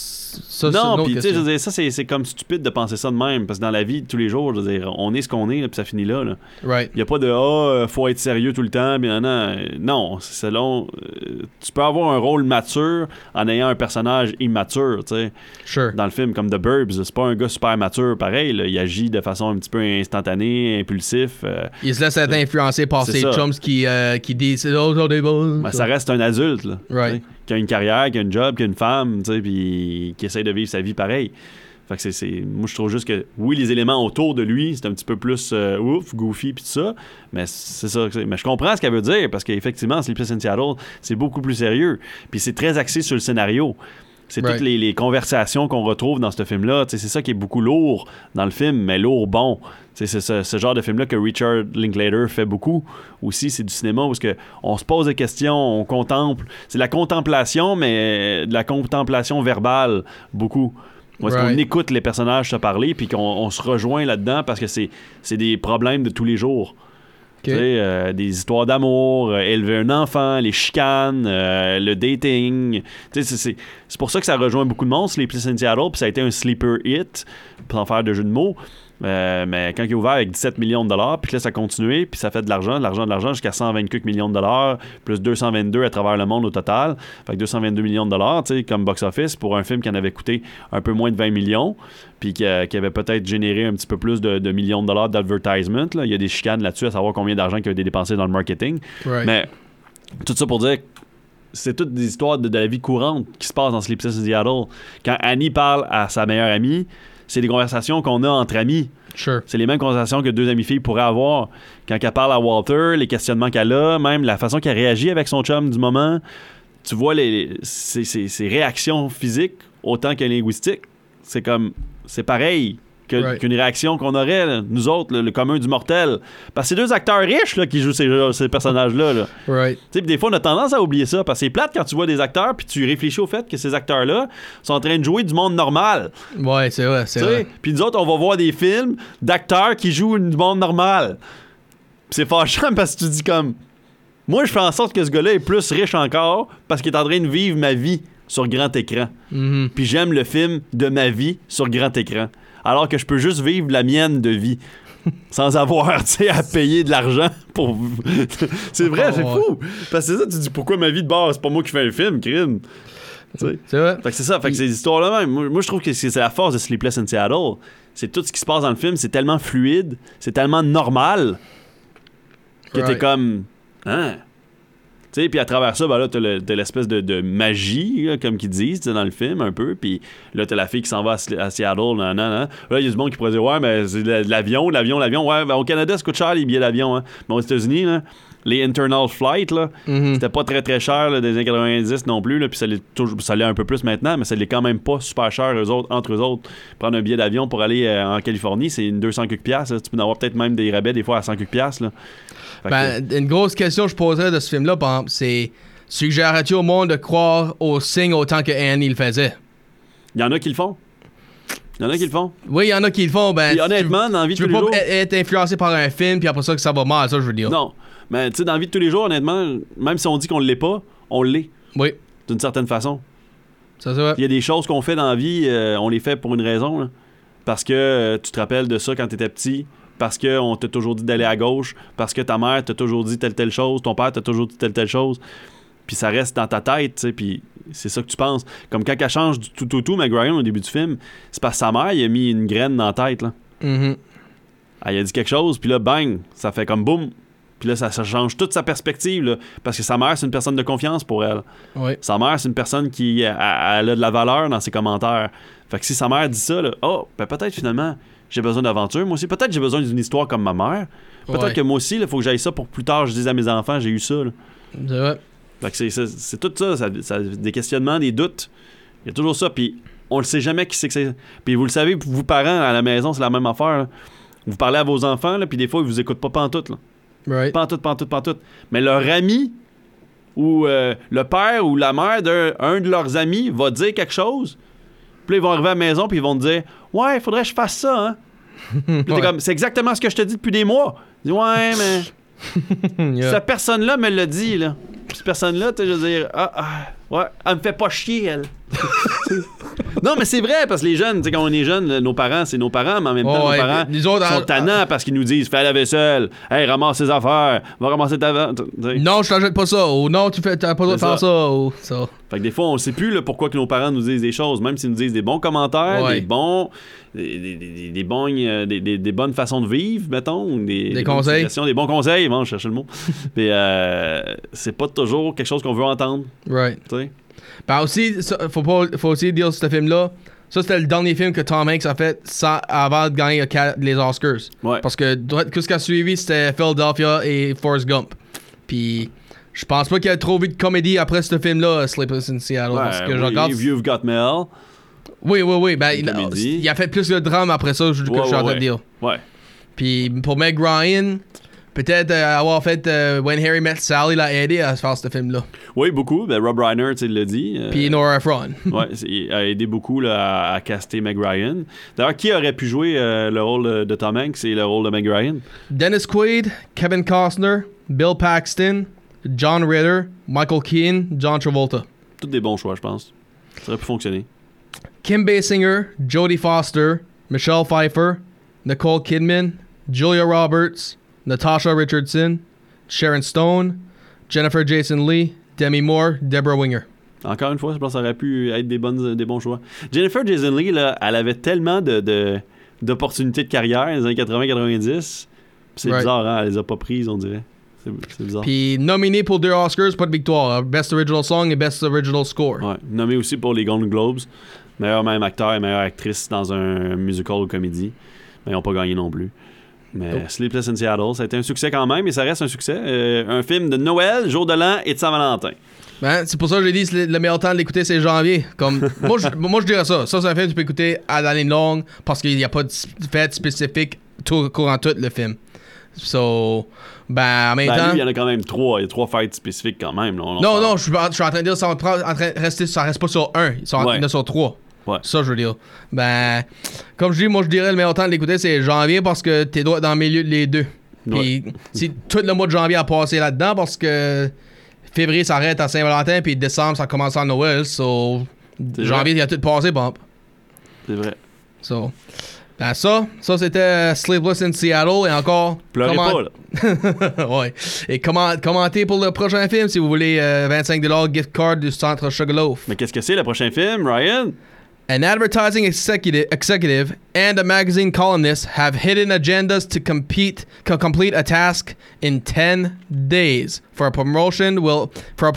Non, puis tu sais, je veux dire, ça, c'est comme stupide de penser ça de même, parce que dans la vie de tous les jours, je veux dire, on est ce qu'on est, puis ça finit là. Right. Il n'y a pas de faut être sérieux tout le temps, bien non, c'est selon. Tu peux avoir un rôle mature en ayant un personnage immature, tu sais. Sure. Dans le film, comme The Burbs, c'est pas un gars super mature, pareil, là, il agit de façon un petit peu instantanée, impulsif. Il se laisse être influencé par ses chums qui disent c'est des bons. Ça reste un adulte, là. Right. Qui a une carrière, qui a une job, qui a une femme, tu sais, puis qui essaie de vivre sa vie pareil. Fait que moi, je trouve juste que, oui, les éléments autour de lui, c'est un petit peu plus goofy pis tout ça, mais c'est ça. Mais je comprends ce qu'elle veut dire, parce qu'effectivement, Sleepless in Seattle, c'est beaucoup plus sérieux. Puis c'est très axé sur le scénario. C'est toutes les conversations qu'on retrouve dans ce film-là. C'est ça qui est beaucoup lourd dans le film, mais lourd bon. C'est ce genre de film-là que Richard Linklater fait beaucoup. Aussi, c'est du cinéma où on se pose des questions, on contemple. C'est de la contemplation, mais de la contemplation verbale, beaucoup. Où est-ce qu'on écoute les personnages se parler puis qu'on se rejoint là-dedans parce que c'est des problèmes de tous les jours. Okay. Des histoires d'amour, élever un enfant, les chicanes, le dating. C'est pour ça que ça rejoint beaucoup de monde, Sleepless in Seattle, puis ça a été un sleeper hit, sans faire de jeu de mots. Mais quand il est ouvert avec 17 millions de dollars, puis là ça a continué, puis ça fait de l'argent jusqu'à 124 millions de dollars, plus 222 à travers le monde au total. Fait que 222 millions de dollars, tu sais, comme box-office, pour un film qui en avait coûté un peu moins de 20 millions, puis qui avait peut-être généré un petit peu plus de millions de dollars d'advertisement. Là. Il y a des chicanes là-dessus à savoir combien d'argent qui a été dépensé dans le marketing. Right. Mais tout ça pour dire c'est toutes des histoires de la vie courante qui se passent dans Sleepless in Seattle. Quand Annie parle à sa meilleure amie, c'est des conversations qu'on a entre amis. Sure. C'est les mêmes conversations que deux amies filles pourraient avoir. Quand elle parle à Walter, les questionnements qu'elle a, même la façon qu'elle réagit avec son chum du moment, tu vois ses réactions physiques autant que linguistiques. C'est pareil qu'une réaction qu'on aurait, là, nous autres, le commun du mortel. Parce que c'est deux acteurs riches là, qui jouent ces personnages-là. Là. Right. Des fois, on a tendance à oublier ça, parce que c'est plate quand tu vois des acteurs puis tu réfléchis au fait que ces acteurs-là sont en train de jouer du monde normal. Ouais, c'est vrai. Puis nous autres, on va voir des films d'acteurs qui jouent du monde normal. Pis c'est fâchant parce que tu dis comme... Moi, je fais en sorte que ce gars-là est plus riche encore parce qu'il est en train de vivre ma vie sur grand écran. Mm-hmm. Puis j'aime le film de ma vie sur grand écran. Alors que je peux juste vivre la mienne de vie sans avoir, tu sais, à payer de l'argent pour... C'est vrai, c'est fou. Parce que c'est ça, tu dis, pourquoi ma vie de base, c'est pas moi qui fais un film, crime. C'est vrai. Fait que c'est ça, fait que ces histoires-là même. Moi, je trouve que c'est la force de Sleepless in Seattle. C'est tout ce qui se passe dans le film, c'est tellement fluide, c'est tellement normal que t'es comme... Hein? Tu sais, puis à travers ça, ben là, t'as l'espèce de magie, là, comme qu'ils disent dans le film, un peu. Puis là, t'as la fille qui s'en va à Seattle. Là, il y a du monde qui pourrait dire, ouais, mais c'est de l'avion. Ouais, ben, au Canada, ça coûte cher, les billets d'avion. Hein. Mais aux États-Unis, là, les internal flights, là, c'était pas très, très cher là, des années 90 non plus. Puis ça l'est un peu plus maintenant, mais ça l'est quand même pas super cher, entre eux autres. Prendre un billet d'avion pour aller en Californie, c'est une 200 quelques piastres. Là. Tu peux en avoir peut-être même des rabais, des fois, à 100 quelques piastres. Là. Une grosse question que je poserais de ce film-là, par exemple, c'est suggérerais-tu au monde de croire aux signes autant que Annie le faisait? Il y en a qui le font. Oui, il y en a qui le font. Ben, puis honnêtement, dans la vie de tous les jours... Tu veux pas être influencé par un film, puis après ça, que ça va mal, ça, je veux dire. Non. Mais tu sais, dans la vie de tous les jours, honnêtement, même si on dit qu'on l'est pas, on l'est. Oui. D'une certaine façon. Ça, c'est vrai. Il y a des choses qu'on fait dans la vie, on les fait pour une raison. Là. Parce que tu te rappelles de ça quand t'étais petit, parce qu'on t'a toujours dit d'aller à gauche, parce que ta mère t'a toujours dit telle chose, ton père t'a toujours dit telle chose. Puis ça reste dans ta tête, tu sais, puis c'est ça que tu penses. Comme quand elle change du tout, Meg Ryan, au début du film, c'est parce que sa mère, il a mis une graine dans la tête, là. Mm-hmm. Elle a dit quelque chose, puis là, bang, ça fait comme boum. Puis là, ça change toute sa perspective, là, parce que sa mère, c'est une personne de confiance pour elle. Oui. Sa mère, c'est une personne qui elle a de la valeur dans ses commentaires. Fait que si sa mère dit ça, là, ben peut-être finalement, j'ai besoin d'aventure, moi aussi. Peut-être j'ai besoin d'une histoire comme ma mère. Peut-être que moi aussi, il faut que j'aille ça pour plus tard, je dise à mes enfants, j'ai eu ça. Là. C'est vrai. Fait que c'est tout ça, des questionnements, des doutes. Il y a toujours ça, puis on le sait jamais qui c'est que c'est. Puis vous le savez, vous parents à la maison, c'est la même affaire. Là. Vous parlez à vos enfants, là, puis des fois, ils vous écoutent pas pantoute. Là. Right. Pantoute. Mais leur ami, ou le père ou la mère d'un de leurs amis va dire quelque chose, puis là, ils vont arriver à la maison, puis ils vont te dire « Ouais, il faudrait que je fasse ça, hein? » Puis t'es comme « C'est exactement ce que je te dis depuis des mois. » Tu dis « Ouais, mais... Cette personne-là me l'a dit, là. » Cette personne-là, tu sais, je veux dire, ouais, elle me fait pas chier, elle. Non, mais c'est vrai, parce que les jeunes, tu sais, quand on est jeunes, nos parents, c'est nos parents, mais en même temps, nos parents sont tannants parce qu'ils nous disent, fais la vaisselle, hey, ramasse tes affaires, va ramasser ta vente. Non, je t'achète pas ça, ou non, t'as pas le droit de faire ça, ou ça. Fait que des fois, on sait plus là, pourquoi que nos parents nous disent des choses, même s'ils nous disent des bons commentaires, des bonnes façons de vivre, mettons, des conseils. Des bons conseils, bon, je cherchais le mot. Mais c'est pas toujours quelque chose qu'on veut entendre. Right. T'sais? Ben aussi, faut aussi dire ce film-là, ça c'était le dernier film que Tom Hanks a fait avant de gagner les Oscars. Ouais. Parce que tout ce qui a suivi, c'était Philadelphia et Forrest Gump. Puis je pense pas qu'il y a trop vu de comédie après ce film-là, Sleepless in Seattle. Ouais, parce que je regarde... You've Got Mail. Oui. Ben, il a fait plus de drame après ça, que je suis en train de dire. Ouais. Puis pour Meg Ryan, peut-être avoir fait When Harry Met Sally l'a aidé à faire ce film-là. Oui, beaucoup. Ben, Rob Reiner, tu sais, l'a dit. Puis Nora Ephron. Oui, il a aidé beaucoup là, à caster Meg Ryan. D'ailleurs, qui aurait pu jouer le rôle de Tom Hanks et le rôle de Meg Ryan? Dennis Quaid, Kevin Costner, Bill Paxton, John Ritter, Michael Keane, John Travolta. Tous des bons choix, je pense. Ça aurait pu fonctionner. Kim Basinger, Jodie Foster, Michelle Pfeiffer, Nicole Kidman, Julia Roberts, Natasha Richardson, Sharon Stone, Jennifer Jason Leigh, Demi Moore, Deborah Winger. Encore une fois, je pense que ça aurait pu être des bons choix. Jennifer Jason Leigh, là, elle avait tellement d'opportunités de carrière dans les années 80-90. C'est bizarre, hein? Elle les a pas prises, on dirait. C'est bizarre. Puis nominé pour 2 Oscars, pas de victoire. Best Original Song et Best Original Score. Ouais, nommé aussi pour les Golden Globes. Meilleur même acteur et meilleure actrice dans un musical ou comédie. Mais ils n'ont pas gagné non plus. Mais Sleepless in Seattle, ça a été un succès quand même, et ça reste un succès. Un film de Noël, Jour de l'An et de Saint-Valentin. Ben, c'est pour ça que j'ai dit que le meilleur temps de l'écouter, c'est janvier. Comme, moi, je dirais ça. Ça, c'est un film que tu peux écouter à l'année longue parce qu'il n'y a pas de fête spécifique courant tout le film. So, ben, en même temps... il y en a quand même 3. Il y a 3 fêtes spécifiques quand même. Là, non, je suis en train de dire ça reste pas sur 1. Il y en a sur 3. Ouais. Ça, je veux dire. Ben, comme je dis, moi, je dirais le meilleur temps de l'écouter, c'est janvier parce que t'es droit dans le milieu de les deux. Puis, si tout le mois de janvier a passé là-dedans parce que février s'arrête à Saint-Valentin, puis décembre, ça commence à Noël. So, janvier, il a tout passé, Bob. C'est vrai. So, ben ça c'était Sleepless in Seattle. Et encore... Pleurez pas, là. Ouais. Et commentez pour le prochain film si vous voulez $25 gift card du Centre Sugarloaf. Mais qu'est-ce que c'est, le prochain film, Ryan? An advertising executive and a magazine columnist have hidden agendas to complete a task in 10 days. For a promotion, will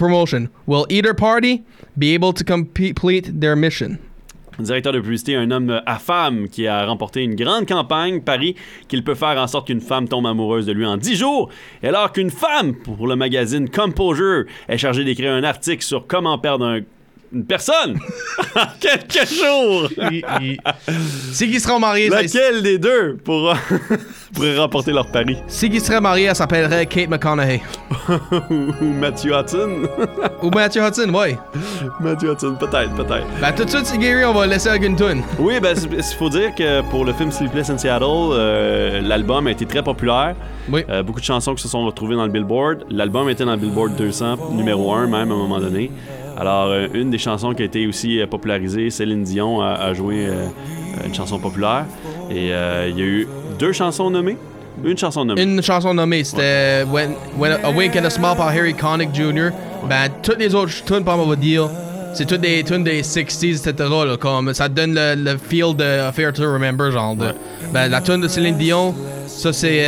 either party be able to complete their mission? Directeur de publicité, un homme à femme qui a remporté une grande campagne, parie qu'il peut faire en sorte qu'une femme tombe amoureuse de lui en 10 jours, et alors qu'une femme, pour le magazine Composure, est chargée d'écrire un article sur comment perdre Une personne! En quelques jours! C'est qu'ils seront mariés. Laquelle des deux pourrait remporter leur pari? Si qu'ils seraient mariés, elle s'appellerait Kate McConaughey. Ou Matthew Hudson? Ou Matthew Hudson, ouais. Matthew Hudson, peut-être. Ben, tout de suite, c'est Gary, on va laisser avec une toune. Oui, ben, il faut dire que pour le film Sleepless in Seattle, l'album a été très populaire. Oui. Beaucoup de chansons qui se sont retrouvées dans le Billboard. L'album était dans le Billboard 200, numéro 1 même à un moment donné. Alors, une des chansons qui a été aussi popularisée, Céline Dion a joué une chanson populaire. Et il y a eu 2 chansons nommées. Une chanson nommée, c'était When A Wink and a Smile par Harry Connick Jr. Ben, toutes les autres tunes, par mon deal, c'est toutes des tunes des 60s, etc. Là, comme ça donne le feel de Affair to Remember, genre. Ben, la tune de Céline Dion, ça c'est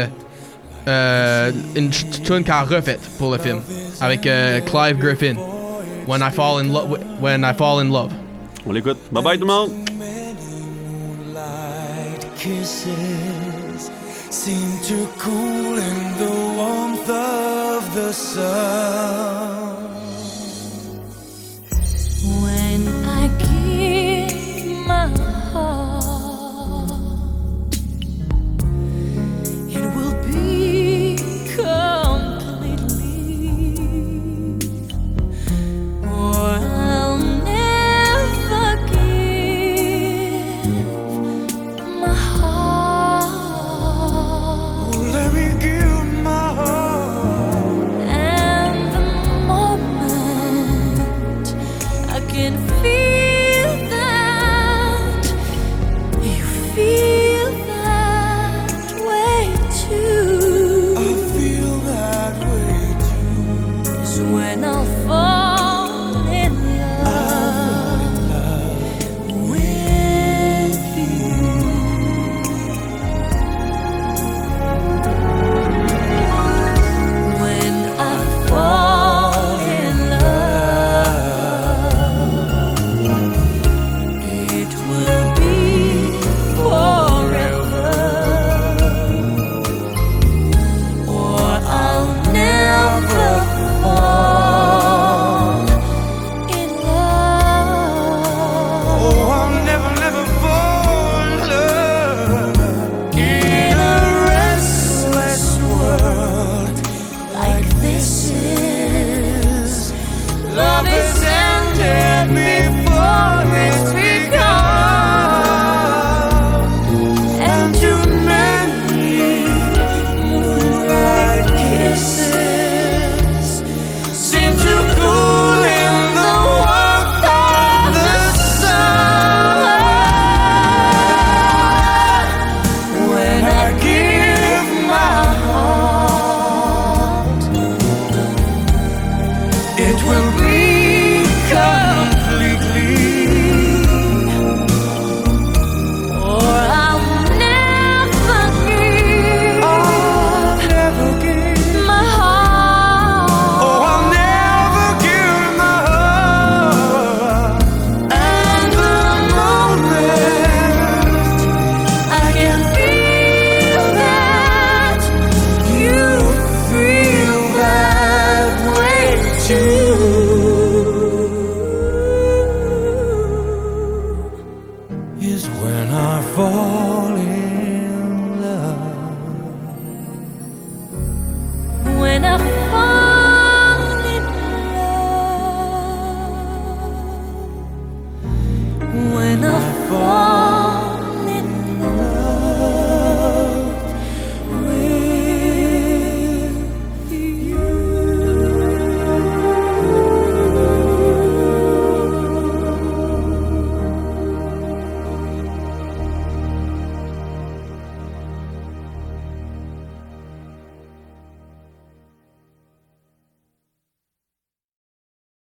une tune qu'elle a refaite pour le film, avec Clive Griffin. When I Fall in Love. On l'écoute. Bye bye tout le monde. Seem to cool in the warmth of the sun.